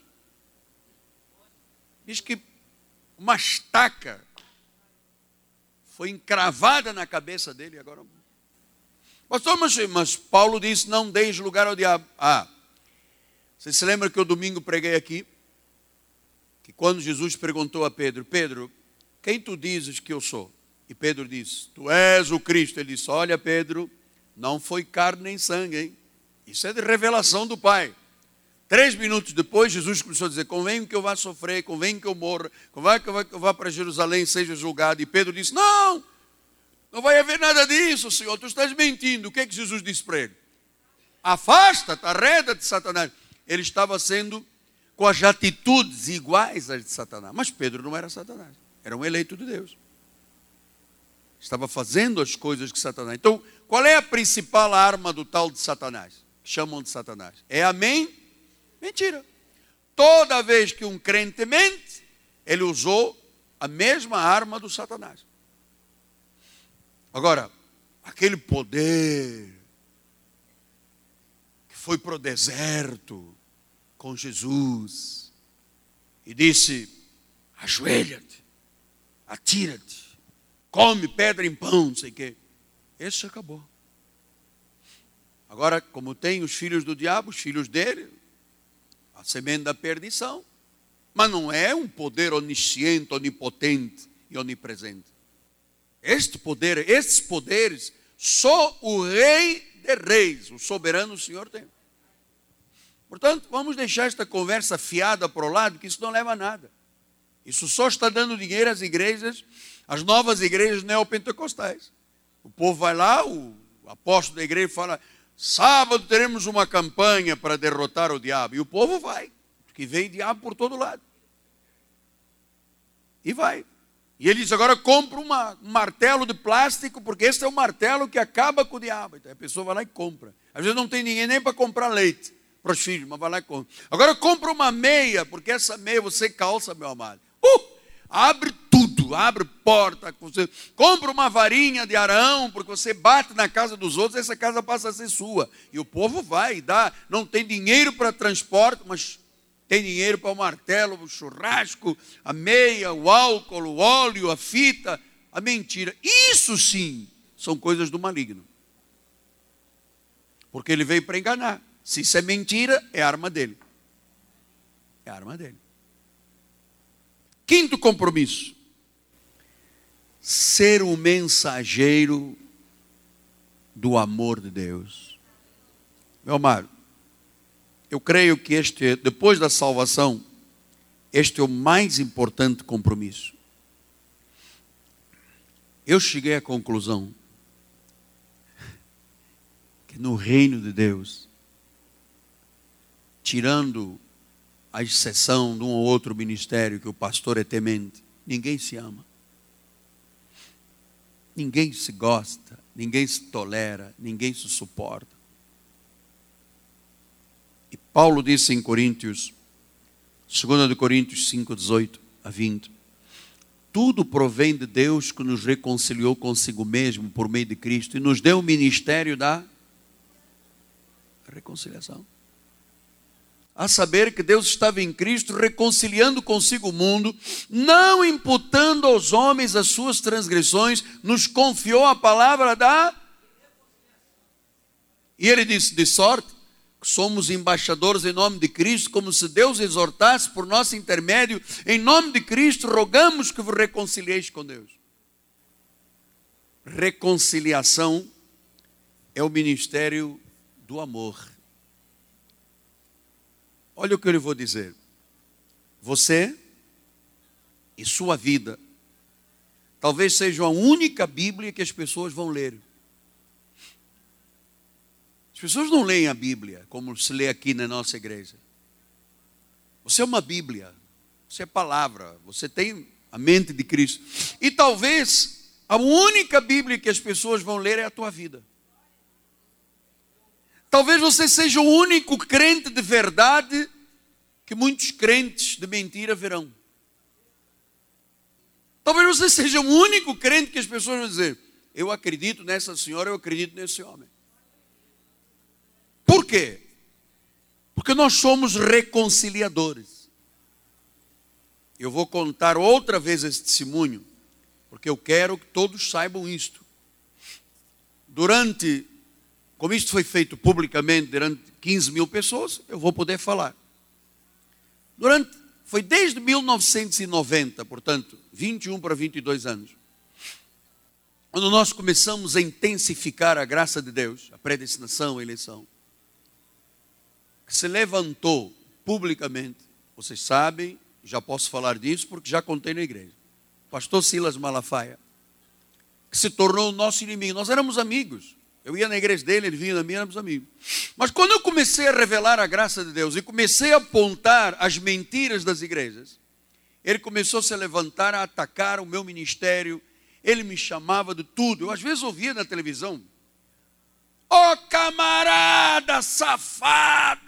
diz que uma estaca foi encravada na cabeça dele. Agora, pastor, mas Paulo disse: não deis lugar ao diabo. Você se lembra que eu domingo preguei aqui? Que quando Jesus perguntou a Pedro: Pedro, quem tu dizes que eu sou? E Pedro disse: tu és o Cristo. Ele disse: olha, Pedro, não foi carne nem sangue, hein? Isso é de revelação do Pai. 3 minutos depois, Jesus começou a dizer: convém que eu vá sofrer, convém que eu morra, convém que eu vá para Jerusalém e seja julgado. E Pedro disse: não vai haver nada disso, Senhor, tu estás mentindo. O que é que Jesus disse para ele? Afasta-te, arreda-te, Satanás. Ele estava sendo com as atitudes iguais às de Satanás. Mas Pedro não era Satanás, era um eleito de Deus. Estava fazendo as coisas que Satanás. Então, qual é a principal arma do tal de Satanás? Que chamam de Satanás? É a mentira. Toda vez que um crente mente, ele usou a mesma arma do Satanás. Agora, aquele poder que foi para o deserto com Jesus e disse: ajoelha-te, atira-te, come pedra em pão, não sei o quê. Esse acabou. Agora, como tem os filhos do diabo, os filhos dele, a semente da perdição, mas não é um poder onisciente, onipotente e onipresente. Este poder, estes poderes, só o Rei de Reis, o soberano Senhor tem. Portanto, vamos deixar esta conversa fiada para o lado, que isso não leva a nada. Isso só está dando dinheiro às igrejas, às novas igrejas neopentecostais. O povo vai lá, o apóstolo da igreja fala: sábado teremos uma campanha para derrotar o diabo. E o povo vai, porque vem diabo por todo lado. E vai. E ele diz: agora compra um martelo de plástico, porque esse é o martelo que acaba com o diabo. Então a pessoa vai lá e compra. Às vezes não tem ninguém nem para comprar leite para os filhos, mas vai lá e compra. Agora compra uma meia, porque essa meia você calça, meu amado. Abre tudo, abre porta. Você compra uma varinha de Arão, porque você bate na casa dos outros, essa casa passa a ser sua. E o povo vai e dá. Não tem dinheiro para transporte, mas tem dinheiro para o martelo, o churrasco, a meia, o álcool, o óleo, a fita, a mentira. Isso sim são coisas do maligno. Porque ele veio para enganar. Se isso é mentira, é arma dele. É arma dele. Quinto compromisso: ser o mensageiro do amor de Deus. Meu amado, eu creio que depois da salvação, este é o mais importante compromisso. Eu cheguei à conclusão que no reino de Deus, tirando a exceção de um ou outro ministério que o pastor é temente, ninguém se ama. Ninguém se gosta, ninguém se tolera, ninguém se suporta. Paulo disse em Coríntios, 2 de Coríntios 5, 18 a 20, tudo provém de Deus que nos reconciliou consigo mesmo por meio de Cristo e nos deu o ministério da reconciliação. A saber que Deus estava em Cristo reconciliando consigo o mundo, não imputando aos homens as suas transgressões, nos confiou a palavra da... E ele disse, de sorte que somos embaixadores em nome de Cristo, como se Deus exortasse por nosso intermédio, em nome de Cristo, rogamos que vos reconcilieis com Deus. Reconciliação é o ministério do amor. Olha o que eu lhe vou dizer. Você e sua vida talvez seja a única Bíblia que as pessoas vão ler. As pessoas não leem a Bíblia como se lê aqui na nossa igreja. Você é uma Bíblia, você é palavra, você tem a mente de Cristo. E talvez a única Bíblia que as pessoas vão ler é a tua vida. Talvez você seja o único crente de verdade que muitos crentes de mentira verão. Talvez você seja o único crente que as pessoas vão dizer, eu acredito nessa senhora, eu acredito nesse homem. Por quê? Porque nós somos reconciliadores. Eu vou contar outra vez esse testemunho, porque eu quero que todos saibam isto. Como isto foi feito publicamente durante 15 mil pessoas, eu vou poder falar. Foi desde 1990, portanto, 21 para 22 anos, quando nós começamos a intensificar a graça de Deus, a predestinação, a eleição, que se levantou publicamente, vocês sabem, já posso falar disso porque já contei na igreja, pastor Silas Malafaia, que se tornou o nosso inimigo. Nós éramos amigos. Eu ia na igreja dele, ele vinha na minha, éramos amigos. Mas quando eu comecei a revelar a graça de Deus e comecei a apontar as mentiras das igrejas, ele começou a se levantar, a atacar o meu ministério. Ele me chamava de tudo. Eu às vezes ouvia na televisão, ô camarada safado,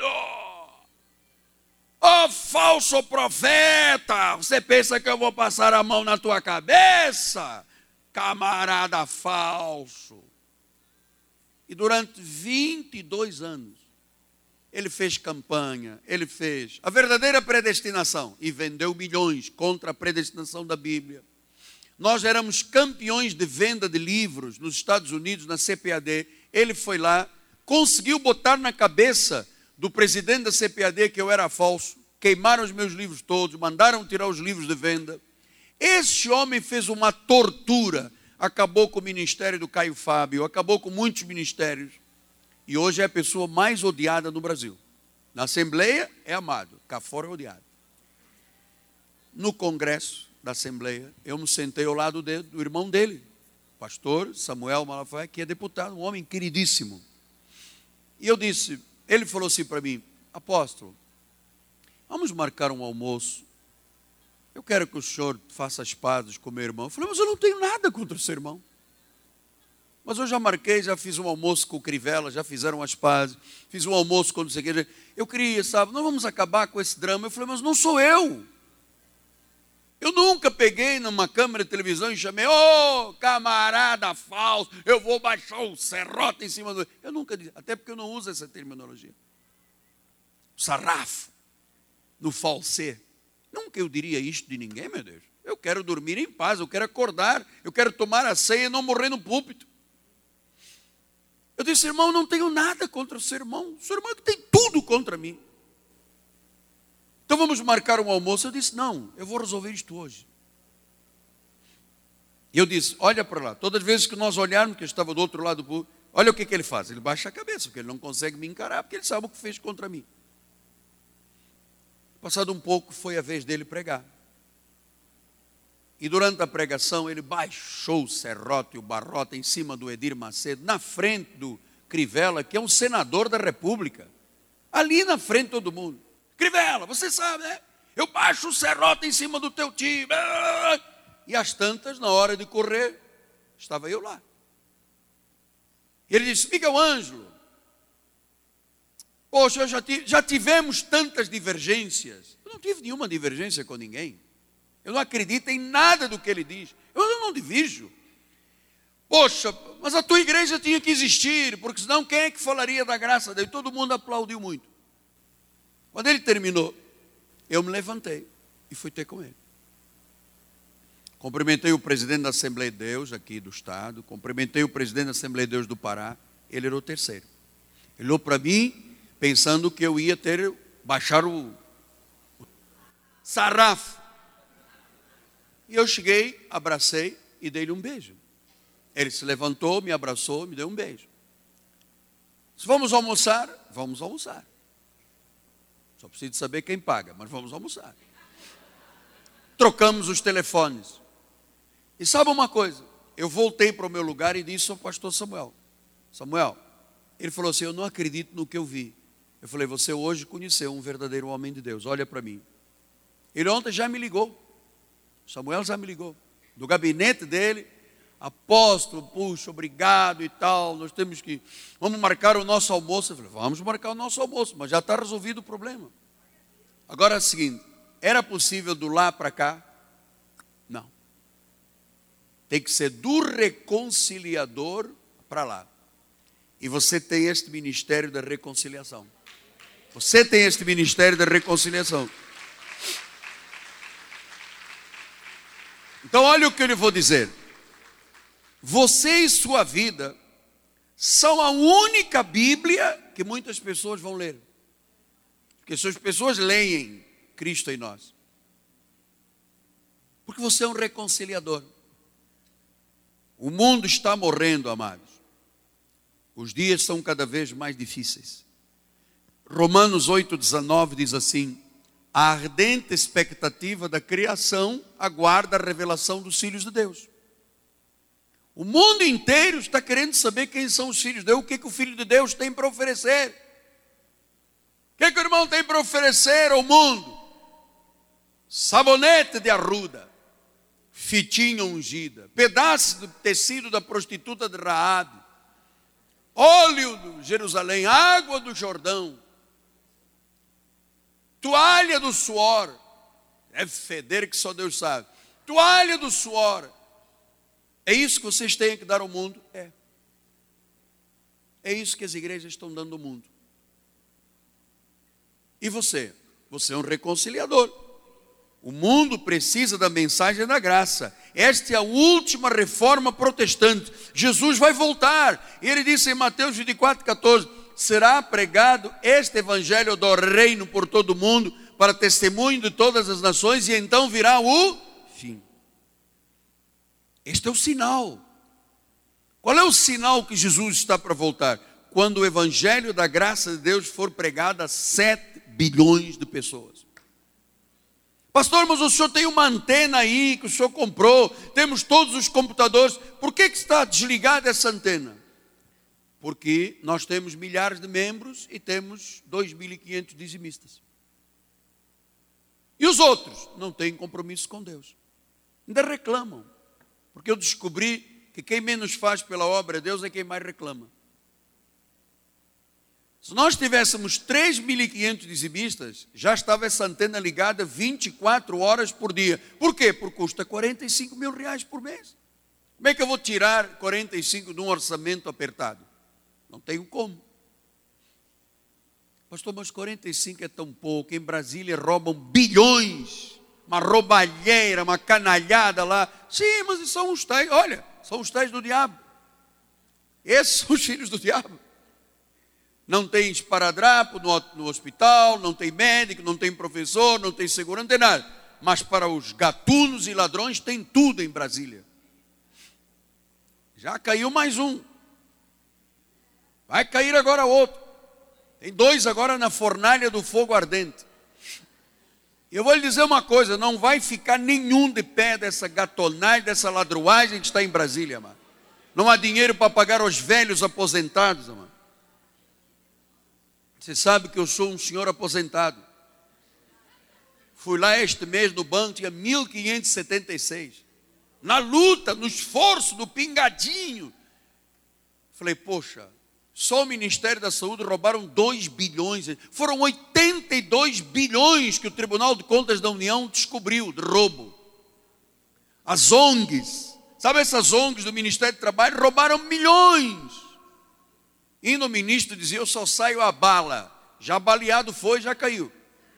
ô falso profeta, você pensa que eu vou passar a mão na tua cabeça? Camarada falso. E durante 22 anos, ele fez campanha, ele fez a verdadeira predestinação e vendeu milhões contra a predestinação da Bíblia. Nós éramos campeões de venda de livros nos Estados Unidos, na CPAD. Ele foi lá, conseguiu botar na cabeça do presidente da CPAD que eu era falso, queimaram os meus livros todos, mandaram tirar os livros de venda. Esse homem fez uma tortura, acabou com o ministério do Caio Fábio, acabou com muitos ministérios, e hoje é a pessoa mais odiada no Brasil. Na Assembleia é amado, cá fora é odiado. No Congresso da Assembleia, eu me sentei ao lado do irmão dele, pastor Samuel Malafaia, que é deputado, um homem queridíssimo. E eu disse, ele falou assim para mim, apóstolo, vamos marcar um almoço. Eu quero que o senhor faça as pazes com o meu irmão. Eu falei, mas eu não tenho nada contra o seu irmão. Mas eu já marquei, já fiz um almoço com o Crivella, já fizeram as pazes, fiz um almoço com não sei o que. Eu queria, sabe, não vamos acabar com esse drama. Eu falei, mas não sou eu. Eu nunca peguei numa câmera de televisão e chamei, ô camarada falso, eu vou baixar o serrote em cima do... Eu nunca disse, até porque eu não uso essa terminologia. Sarrafo, no falsê. Nunca eu diria isto de ninguém, meu Deus. Eu quero dormir em paz, eu quero acordar, eu quero tomar a ceia e não morrer no púlpito. Eu disse, irmão, não tenho nada contra o seu irmão. O seu irmão que tem tudo contra mim. Então vamos marcar um almoço. Eu disse, não, eu vou resolver isto hoje. E eu disse, olha para lá. Todas as vezes que nós olharmos, que eu estava do outro lado do púlpito, olha o que ele faz. Ele baixa a cabeça, porque ele não consegue me encarar, porque ele sabe o que fez contra mim. Passado um pouco, foi a vez dele pregar. E durante a pregação, ele baixou o serrote e o barrote em cima do Edir Macedo, na frente do Crivella, que é um senador da República. Ali na frente de todo mundo. Crivella, você sabe, né? Eu baixo o serrote em cima do teu time. E às tantas, na hora de correr, estava eu lá. E ele disse, Miguel Ângelo, Poxa, já tivemos tantas divergências. Eu não tive nenhuma divergência com ninguém. Eu não acredito em nada do que ele diz. Eu não divirjo. Poxa, mas a tua igreja tinha que existir, porque senão quem é que falaria da graça dele? Todo mundo aplaudiu muito. Quando ele terminou, eu me levantei e fui ter com ele. Cumprimentei o presidente da Assembleia de Deus aqui do estado, cumprimentei o presidente da Assembleia de Deus do Pará, ele era o terceiro. Ele olhou para mim, pensando que eu ia baixar o sarrafo. E eu cheguei, abracei e dei-lhe um beijo. Ele se levantou, me abraçou, me deu um beijo. Se vamos almoçar, vamos almoçar. Só preciso saber quem paga, mas vamos almoçar. Trocamos os telefones. E sabe uma coisa? Eu voltei para o meu lugar e disse ao pastor Samuel. Samuel, ele falou assim, eu não acredito no que eu vi. Eu falei, você hoje conheceu um verdadeiro homem de Deus, olha para mim. Ele ontem já me ligou. Samuel já me ligou. Do gabinete dele, apóstolo, puxa, obrigado e tal, vamos marcar o nosso almoço. Eu falei, vamos marcar o nosso almoço, mas já está resolvido o problema. Agora é o seguinte, era possível do lá para cá? Não. Tem que ser do reconciliador para lá. E você tem este ministério da reconciliação. Você tem este ministério da reconciliação. Então olha o que eu lhe vou dizer. Você e sua vida são a única Bíblia que muitas pessoas vão ler. Porque as pessoas leem Cristo em nós. Porque você é um reconciliador. O mundo está morrendo, amados. Os dias são cada vez mais difíceis. Romanos 8,19 diz assim: a ardente expectativa da criação aguarda a revelação dos filhos de Deus. O mundo inteiro está querendo saber quem são os filhos de Deus, o que o Filho de Deus tem para oferecer. O que o irmão tem para oferecer ao mundo? Sabonete de arruda, fitinha ungida, pedaço do tecido da prostituta de Raabe, óleo do Jerusalém, água do Jordão, toalha do suor, deve feder que só Deus sabe, toalha do suor. É isso que vocês têm que dar ao mundo? É isso que as igrejas estão dando ao mundo. E você? Você é um reconciliador. O mundo precisa da mensagem da graça. Esta é a última reforma protestante. Jesus vai voltar. E ele disse em Mateus 24,14: será pregado este evangelho do reino por todo o mundo, para testemunho de todas as nações, e então virá o fim. Este é o sinal. Qual é o sinal que Jesus está para voltar? Quando o evangelho da graça de Deus for pregado a 7 bilhões de pessoas. Pastor, mas o senhor tem uma antena aí que o senhor comprou, temos todos os computadores, por que está desligada essa antena? Porque nós temos milhares de membros e temos 2.500 dizimistas. E os outros não têm compromisso com Deus. Ainda reclamam. Porque eu descobri que quem menos faz pela obra de Deus é quem mais reclama. Se nós tivéssemos 3.500 dizimistas, já estava essa antena ligada 24 horas por dia. Por quê? Porque custa 45 mil reais por mês. Como é que eu vou tirar 45 de um orçamento apertado? Não tenho como. Pastor, mas 45 é tão pouco. Em Brasília roubam bilhões. Uma roubalheira, uma canalhada lá. Sim, mas são os tais, olha, são os tais do diabo. Esses são os filhos do diabo. Não tem esparadrapo no hospital, não tem médico, não tem professor, não tem segurança, não tem nada. Mas para os gatunos e ladrões tem tudo em Brasília. Já caiu mais um. Vai cair agora outro. Tem 2 agora na fornalha do fogo ardente. Eu vou lhe dizer uma coisa, não vai ficar nenhum de pé dessa gatonagem, dessa ladruagem que está em Brasília, mano. Não há dinheiro para pagar aos velhos aposentados, mano. Você sabe que eu sou um senhor aposentado. Fui lá este mês no banco, tinha 1.576. Na luta, no esforço, no pingadinho. Falei, poxa, Só o Ministério da Saúde roubaram 2 bilhões. Foram 82 bilhões que o Tribunal de Contas da União descobriu de roubo. As ONGs, sabe essas ONGs do Ministério do Trabalho, roubaram milhões. E o ministro dizia, eu só saio a bala. Já baleado foi, já caiu.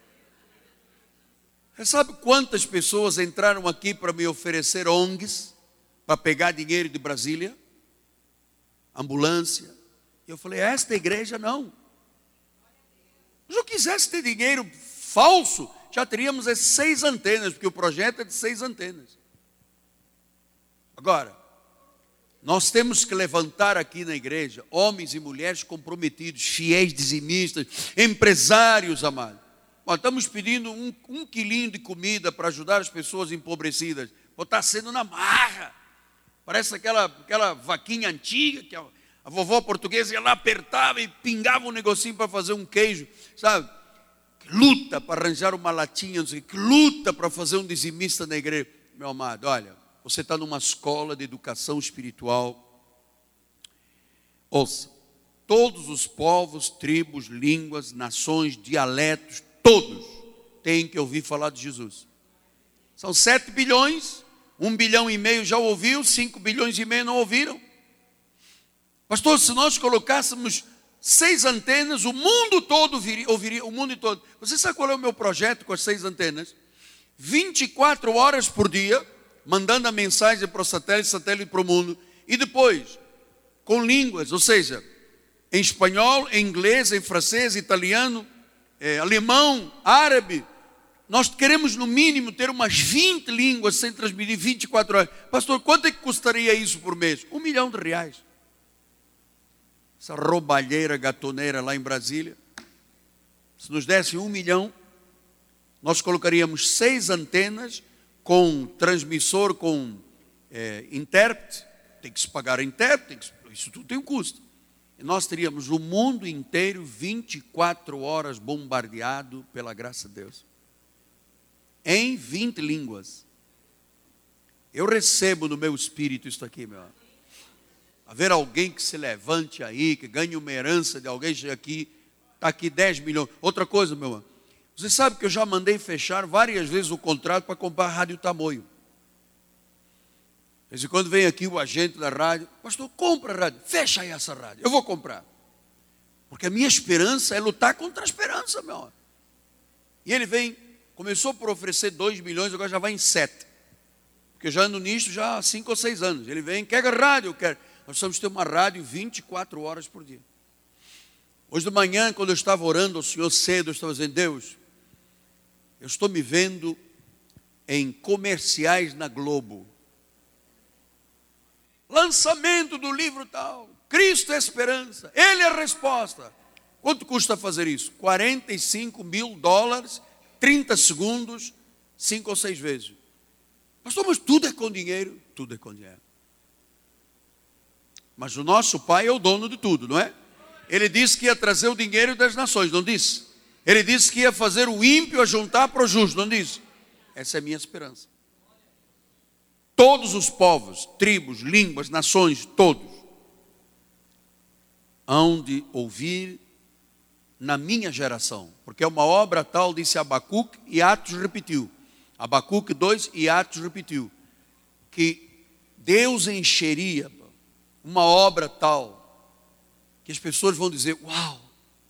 Você sabe quantas pessoas entraram aqui para me oferecer ONGs, para pegar dinheiro de Brasília? Ambulância. Eu falei, esta igreja não. Se eu quisesse ter dinheiro falso, já teríamos as 6 antenas, porque o projeto é de 6 antenas. Agora, nós temos que levantar aqui na igreja homens e mulheres comprometidos, fiéis, dizimistas, empresários, amados. Nós estamos pedindo um quilinho de comida para ajudar as pessoas empobrecidas. Está sendo na marra. Parece aquela vaquinha antiga que a vovó portuguesa ia lá, apertava e pingava um negocinho para fazer um queijo, sabe? Que luta para arranjar uma latinha, não sei, que luta para fazer um dizimista na igreja. Meu amado, olha, você está numa escola de educação espiritual. Ouça, todos os povos, tribos, línguas, nações, dialetos, todos têm que ouvir falar de Jesus. São 7 bilhões, 1,5 bilhão já ouviu, 5,5 bilhões não ouviram. Pastor, se nós colocássemos 6 antenas, o mundo todo ouviria, o mundo todo. Você sabe qual é o meu projeto com as 6 antenas? 24 horas por dia, mandando a mensagem para o satélite para o mundo, e depois, com línguas, ou seja, em espanhol, em inglês, em francês, italiano, alemão, árabe. Nós queremos no mínimo ter umas 20 línguas sem transmitir 24 horas. Pastor, quanto é que custaria isso por mês? R$1 milhão. Essa roubalheira gatoneira lá em Brasília, se nos desse 1 milhão, nós colocaríamos 6 antenas com transmissor, com intérprete, tem que se pagar intérprete, isso tudo tem um custo. E nós teríamos o mundo inteiro 24 horas bombardeado pela graça de Deus. Em 20 línguas. Eu recebo no meu espírito isso aqui, meu amor. Haver alguém que se levante aí, que ganhe uma herança de alguém, chega aqui, está aqui 10 milhões. Outra coisa, meu irmão, você sabe que eu já mandei fechar várias vezes o contrato para comprar a Rádio Tamoio. De vez em quando vem aqui o agente da rádio, pastor, compra a rádio, fecha aí essa rádio, eu vou comprar. Porque a minha esperança é lutar contra a esperança, meu irmão. E ele vem, começou por oferecer 2 milhões, agora já vai em 7. Porque já ando nisto já há 5 ou 6 anos. Ele vem, quer a rádio, eu quero. Nós precisamos ter uma rádio 24 horas por dia. Hoje de manhã, quando eu estava orando ao Senhor cedo, eu estava dizendo, Deus, eu estou me vendo em comerciais na Globo. Lançamento do livro tal, Cristo é esperança, Ele é a resposta. Quanto custa fazer isso? $45 mil, 30 segundos, 5 ou 6 vezes. Pastor, mas tudo é com dinheiro? Tudo é com dinheiro. Mas o nosso Pai é o dono de tudo, não é? Ele disse que ia trazer o dinheiro das nações, não disse? Ele disse que ia fazer o ímpio a juntar para o justo, não disse? Essa é a minha esperança. Todos os povos, tribos, línguas, nações, todos, hão de ouvir na minha geração, porque é uma obra tal, disse Abacuque, e Atos repetiu. Abacuque 2 e Atos repetiu, que Deus encheria uma obra tal, que as pessoas vão dizer, uau,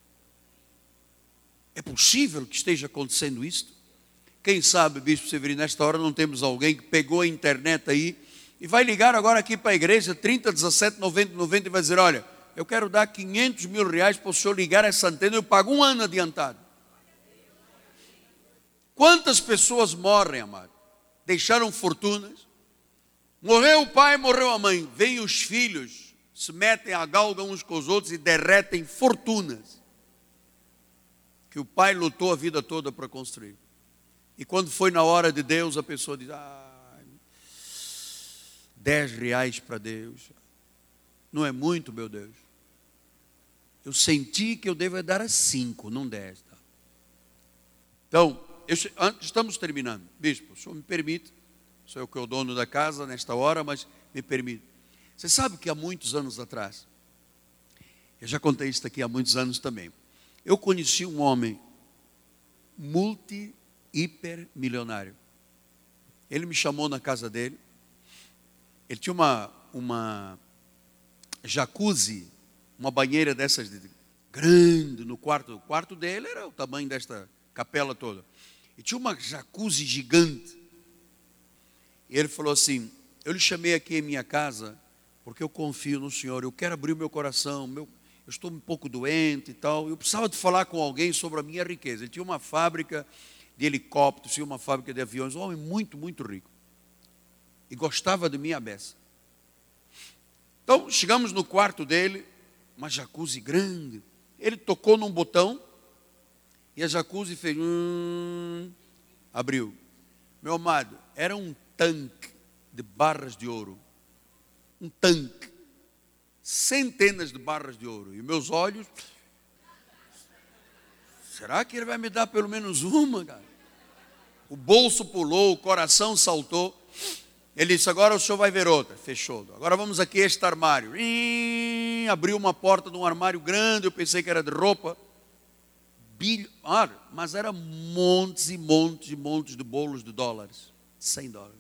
é possível que esteja acontecendo isto? Quem sabe, Bispo Severino, nesta hora não temos alguém que pegou a internet aí e vai ligar agora aqui para a igreja, 30 17 90 90 e vai dizer, olha, eu quero dar R$500 mil para o senhor ligar essa antena, eu pago 1 ano adiantado. Quantas pessoas morrem, amado? Deixaram fortunas. Morreu o pai, morreu a mãe. Vêm os filhos, se metem a galga uns com os outros e derretem fortunas que o pai lutou a vida toda para construir. E quando foi na hora de Deus, a pessoa diz, R$10 para Deus. Não é muito, meu Deus. Eu senti que eu devo dar 5, não 10. Tá? Então, estamos terminando. Bispo, o senhor me permite, sou eu que é o dono da casa nesta hora, mas me permite. Você sabe que há muitos anos atrás, Eu já contei isso aqui há muitos anos também. Eu conheci um homem hiper milionário. Ele me chamou na casa dele. Ele tinha uma jacuzzi, uma banheira dessas grande no quarto. O quarto dele era o tamanho desta capela toda. E tinha uma jacuzzi gigante. E ele falou assim: eu lhe chamei aqui em minha casa porque eu confio no Senhor. Eu quero abrir o meu coração. Eu estou um pouco doente e tal. Eu precisava de falar com alguém sobre a minha riqueza. Ele tinha uma fábrica de helicópteros, tinha uma fábrica de aviões. Um homem muito, muito rico. E gostava de minha beça. Então, chegamos no quarto dele, uma jacuzzi grande. Ele tocou num botão e a jacuzzi fez... abriu. Meu amado, era um tanque de barras de ouro. Um tanque. Centenas de barras de ouro. E meus olhos... será que ele vai me dar pelo menos uma, cara? O bolso pulou, o coração saltou. Ele disse: agora o senhor vai ver outra. Fechou. Agora vamos aqui a este armário. Abriu uma porta de um armário grande. Eu pensei que era de roupa. Mas era montes e montes e montes de bolos de dólares. $100.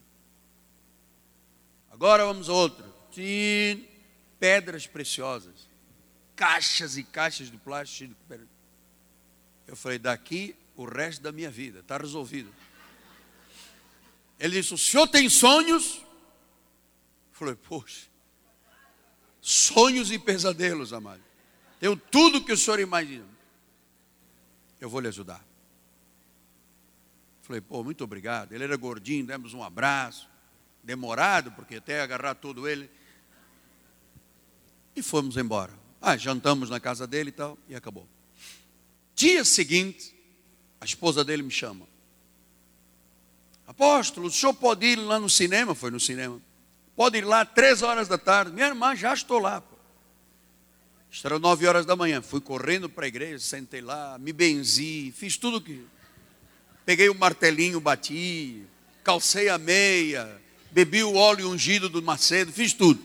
Agora vamos a outro. Pedras preciosas. Caixas e caixas de plástico. Eu falei: daqui o resto da minha vida. Está resolvido. Ele disse: o senhor tem sonhos? Eu falei: poxa, sonhos e pesadelos, amado. Tenho tudo que o senhor imagina. Eu vou lhe ajudar. Eu falei: pô, muito obrigado. Ele era gordinho, demos um abraço. Demorado, porque até agarrar todo ele. E fomos embora. Jantamos na casa dele e tal, e acabou. Dia seguinte, a esposa dele me chama: apóstolo, o senhor pode ir lá no cinema? Foi no cinema. Pode ir lá 3 horas da tarde. Minha irmã, já estou lá. Isto era 9 horas da manhã. Fui correndo para a igreja, sentei lá, me benzi, fiz tudo que... peguei o martelinho, bati, calcei a meia, bebi o óleo ungido do Macedo, fiz tudo.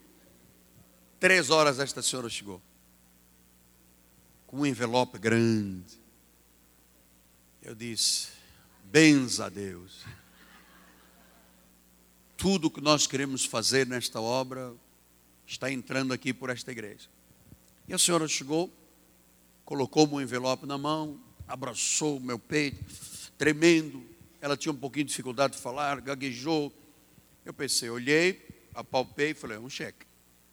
3 horas esta senhora chegou. Com um envelope grande. Eu disse: benza a Deus. Tudo que nós queremos fazer nesta obra está entrando aqui por esta igreja. E a senhora chegou, colocou-me um envelope na mão, abraçou o meu peito, tremendo. Ela tinha um pouquinho de dificuldade de falar, gaguejou. Eu pensei, olhei, apalpei e falei: um cheque.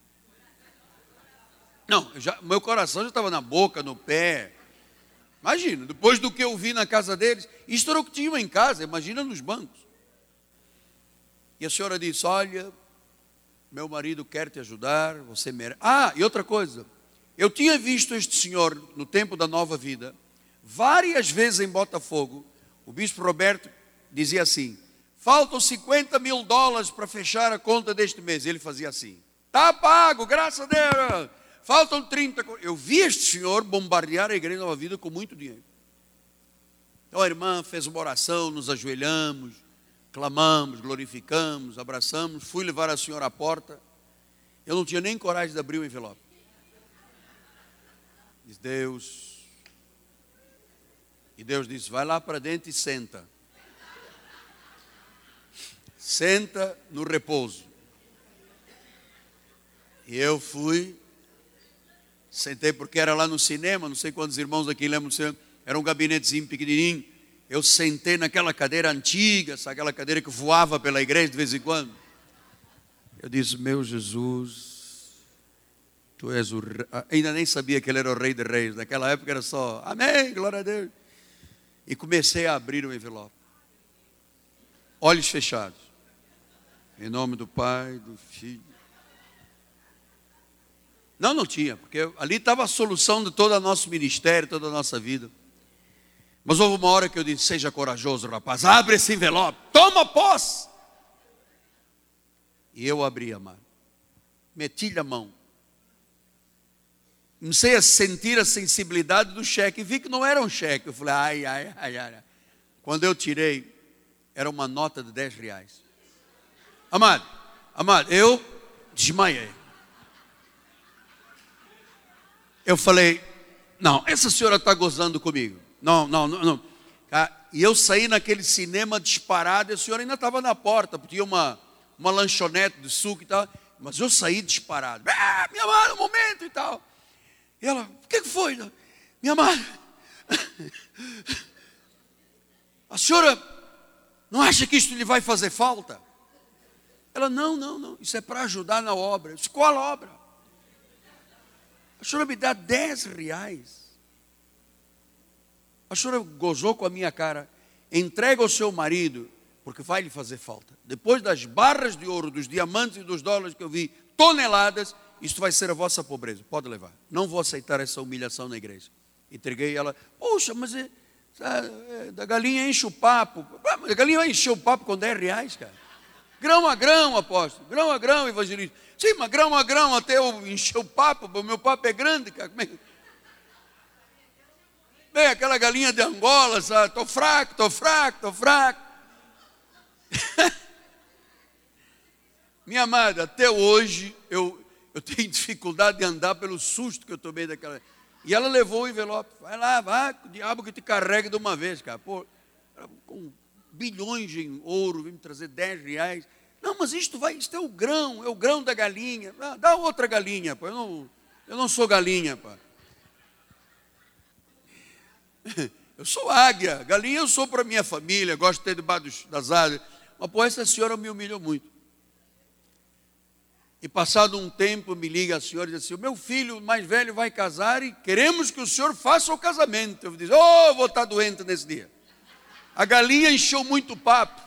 Não, meu coração já estava na boca, no pé. Imagina, depois do que eu vi na casa deles, isto era o que tinham em casa, imagina nos bancos. E a senhora disse: olha, meu marido quer te ajudar, você merece. E outra coisa, eu tinha visto este senhor no tempo da Nova Vida, várias vezes em Botafogo. O bispo Roberto dizia assim: faltam $50 mil para fechar a conta deste mês. Ele fazia assim: está pago, graças a Deus. Faltam 30. Eu vi este senhor bombardear a igreja Nova Vida com muito dinheiro. Então a irmã fez uma oração, nos ajoelhamos, clamamos, glorificamos, abraçamos. Fui levar a senhora à porta. Eu não tinha nem coragem de abrir o envelope. Diz Deus. E Deus disse: vai lá para dentro e senta. Senta no repouso. E eu fui. Sentei porque era lá no cinema, não sei quantos irmãos aqui lembram do cinema, era um gabinetezinho pequenininho. Eu sentei naquela cadeira antiga, aquela cadeira que voava pela igreja de vez em quando. Eu disse: meu Jesus, tu és o rei. Ainda nem sabia que ele era o rei de reis, naquela época era só amém, glória a Deus. E comecei a abrir o envelope, olhos fechados, em nome do Pai, do Filho. Não tinha, porque ali estava a solução de todo o nosso ministério, toda a nossa vida. Mas houve uma hora que eu disse: seja corajoso, rapaz, abre esse envelope, toma posse. E eu abri, amado, meti-lhe a mão, comecei a sentir a sensibilidade do cheque, e vi que não era um cheque. Eu falei: ai. Quando eu tirei, era uma nota de R$10. Amado, eu desmaiei. Eu falei, não, essa senhora está gozando comigo. Não. E eu saí naquele cinema disparado, e a senhora ainda estava na porta, porque tinha uma lanchonete de suco e tal. Mas eu saí disparado. Minha amada, um momento e tal. E ela, o que foi? Minha amada, a senhora não acha que isso lhe vai fazer falta? Ela, não, isso é para ajudar na obra. Eu disse, qual obra? A senhora me dá R$10. A senhora gozou com a minha cara. Entrega ao seu marido, porque vai lhe fazer falta. Depois das barras de ouro, dos diamantes e dos dólares que eu vi, toneladas, isto vai ser a vossa pobreza. Pode levar. Não vou aceitar essa humilhação na igreja. Entreguei ela. Poxa, mas da galinha enche o papo. A galinha vai encher o papo com R$10, cara. Grão a grão, apóstolo. Grão a grão, evangelista. Sim, mas grão a grão até eu encher o papo. O meu papo é grande, cara. Bem, aquela galinha de Angola, sabe? Estou fraco. Minha amada, até hoje eu tenho dificuldade de andar pelo susto que eu tomei daquela. E ela levou o envelope. Vai lá, o diabo que te carregue de uma vez, cara. Pô, com bilhões em ouro, vem me trazer R$10. Não, mas isto é o grão da galinha. Dá outra galinha, pô. Eu não sou galinha, pô. Eu sou águia, galinha eu sou para minha família, gosto de ter debaixo das asas. Mas pô, essa senhora me humilhou muito. E passado um tempo me liga a senhora e diz assim, o meu filho mais velho vai casar e queremos que o senhor faça o casamento. Eu disse, vou estar doente nesse dia. A galinha encheu muito papo.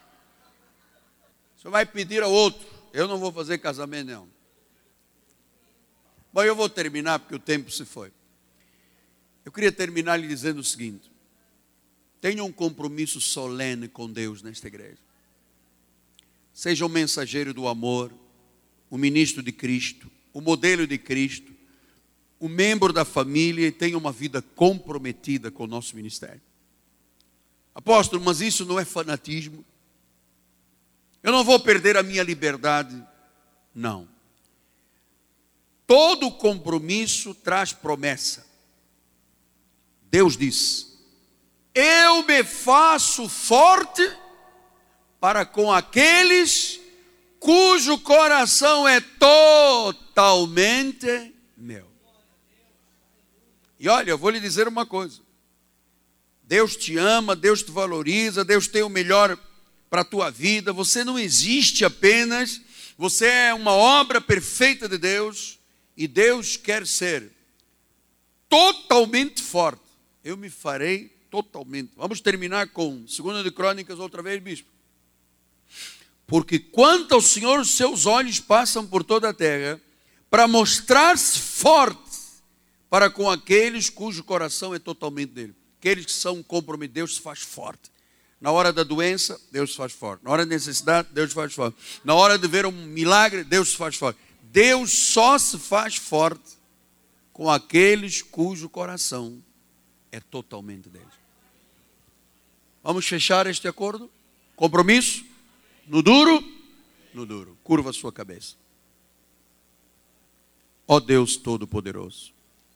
O senhor vai pedir a outro. Eu não vou fazer casamento não. Bom, eu vou terminar porque o tempo se foi. Eu queria terminar lhe dizendo o seguinte. Tenha um compromisso solene com Deus nesta igreja. Seja um mensageiro do amor, o ministro de Cristo, o modelo de Cristo, o membro da família e tenha uma vida comprometida com o nosso ministério. Apóstolo, mas isso não é fanatismo? Eu não vou perder a minha liberdade? Não. Todo compromisso traz promessa. Deus diz, eu me faço forte para com aqueles cujo coração é totalmente meu. E olha, eu vou lhe dizer uma coisa. Deus te ama, Deus te valoriza, Deus tem o melhor para a tua vida. Você não existe apenas, você é uma obra perfeita de Deus e Deus quer ser totalmente forte. Eu me farei totalmente. Vamos terminar com 2 de Crônicas outra vez, bispo. Porque quanto ao Senhor, os seus olhos passam por toda a terra para mostrar-se forte para com aqueles cujo coração é totalmente dele. Aqueles que são comprometidos, Deus se faz forte. Na hora da doença, Deus se faz forte. Na hora da necessidade, Deus se faz forte. Na hora de ver um milagre, Deus se faz forte. Deus só se faz forte com aqueles cujo coração é totalmente dele. Vamos fechar este acordo? Compromisso? No duro? No duro. Curva a sua cabeça. Ó Deus Todo-Poderoso.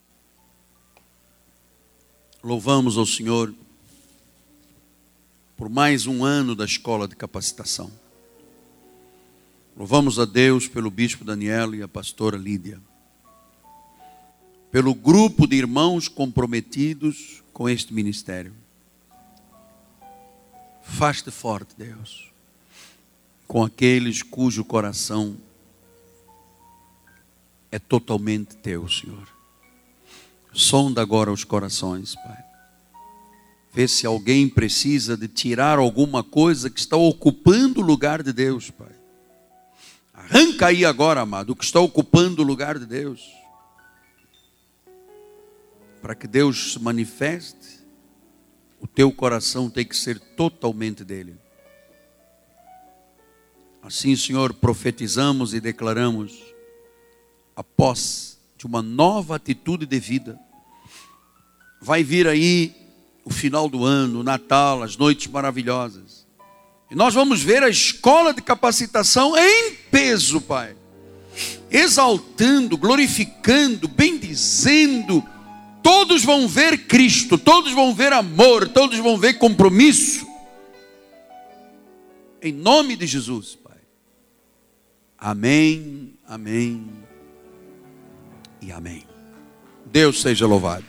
Louvamos ao Senhor por mais um ano da escola de capacitação. Louvamos a Deus pelo bispo Daniel e a pastora Lídia. Pelo grupo de irmãos comprometidos com este ministério. Faz-te forte, Deus, com aqueles cujo coração é totalmente teu, Senhor. Sonda agora os corações, Pai. Vê se alguém precisa de tirar alguma coisa que está ocupando o lugar de Deus, Pai. Arranca aí agora, amado, o que está ocupando o lugar de Deus. Para que Deus se manifeste, o teu coração tem que ser totalmente dele. Assim, Senhor, profetizamos e declaramos a posse de uma nova atitude de vida. Vai vir aí o final do ano, o Natal, as noites maravilhosas. E nós vamos ver a escola de capacitação em peso, Pai. exaltando, glorificando, bendizendo. Todos vão ver Cristo, todos vão ver amor, todos vão ver compromisso. Em nome de Jesus, Pai. Amém, amém e amém. Deus seja louvado.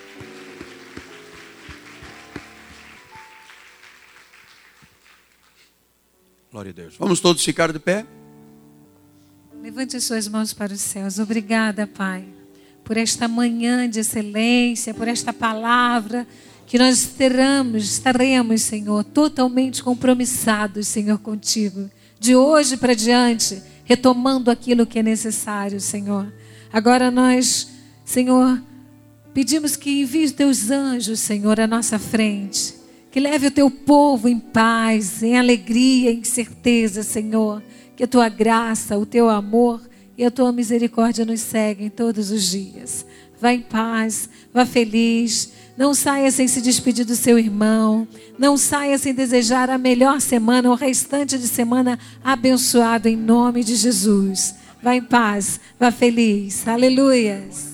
Glória a Deus. Vamos todos ficar de pé? Levante as suas mãos para os céus. Obrigada, Pai, por esta manhã de excelência, por esta palavra que nós estaremos, Senhor, totalmente compromissados, Senhor, contigo. De hoje para diante, retomando aquilo que é necessário, Senhor. Agora nós, Senhor, pedimos que envie os teus anjos, Senhor, à nossa frente. Que leve o teu povo em paz, em alegria, em certeza, Senhor. Que a tua graça, o teu amor e a tua misericórdia nos seguem todos os dias. Vá em paz, vá feliz. Não saia sem se despedir do seu irmão. Não saia sem desejar a melhor semana, o restante de semana abençoado em nome de Jesus. Vá em paz, vá feliz. Aleluias.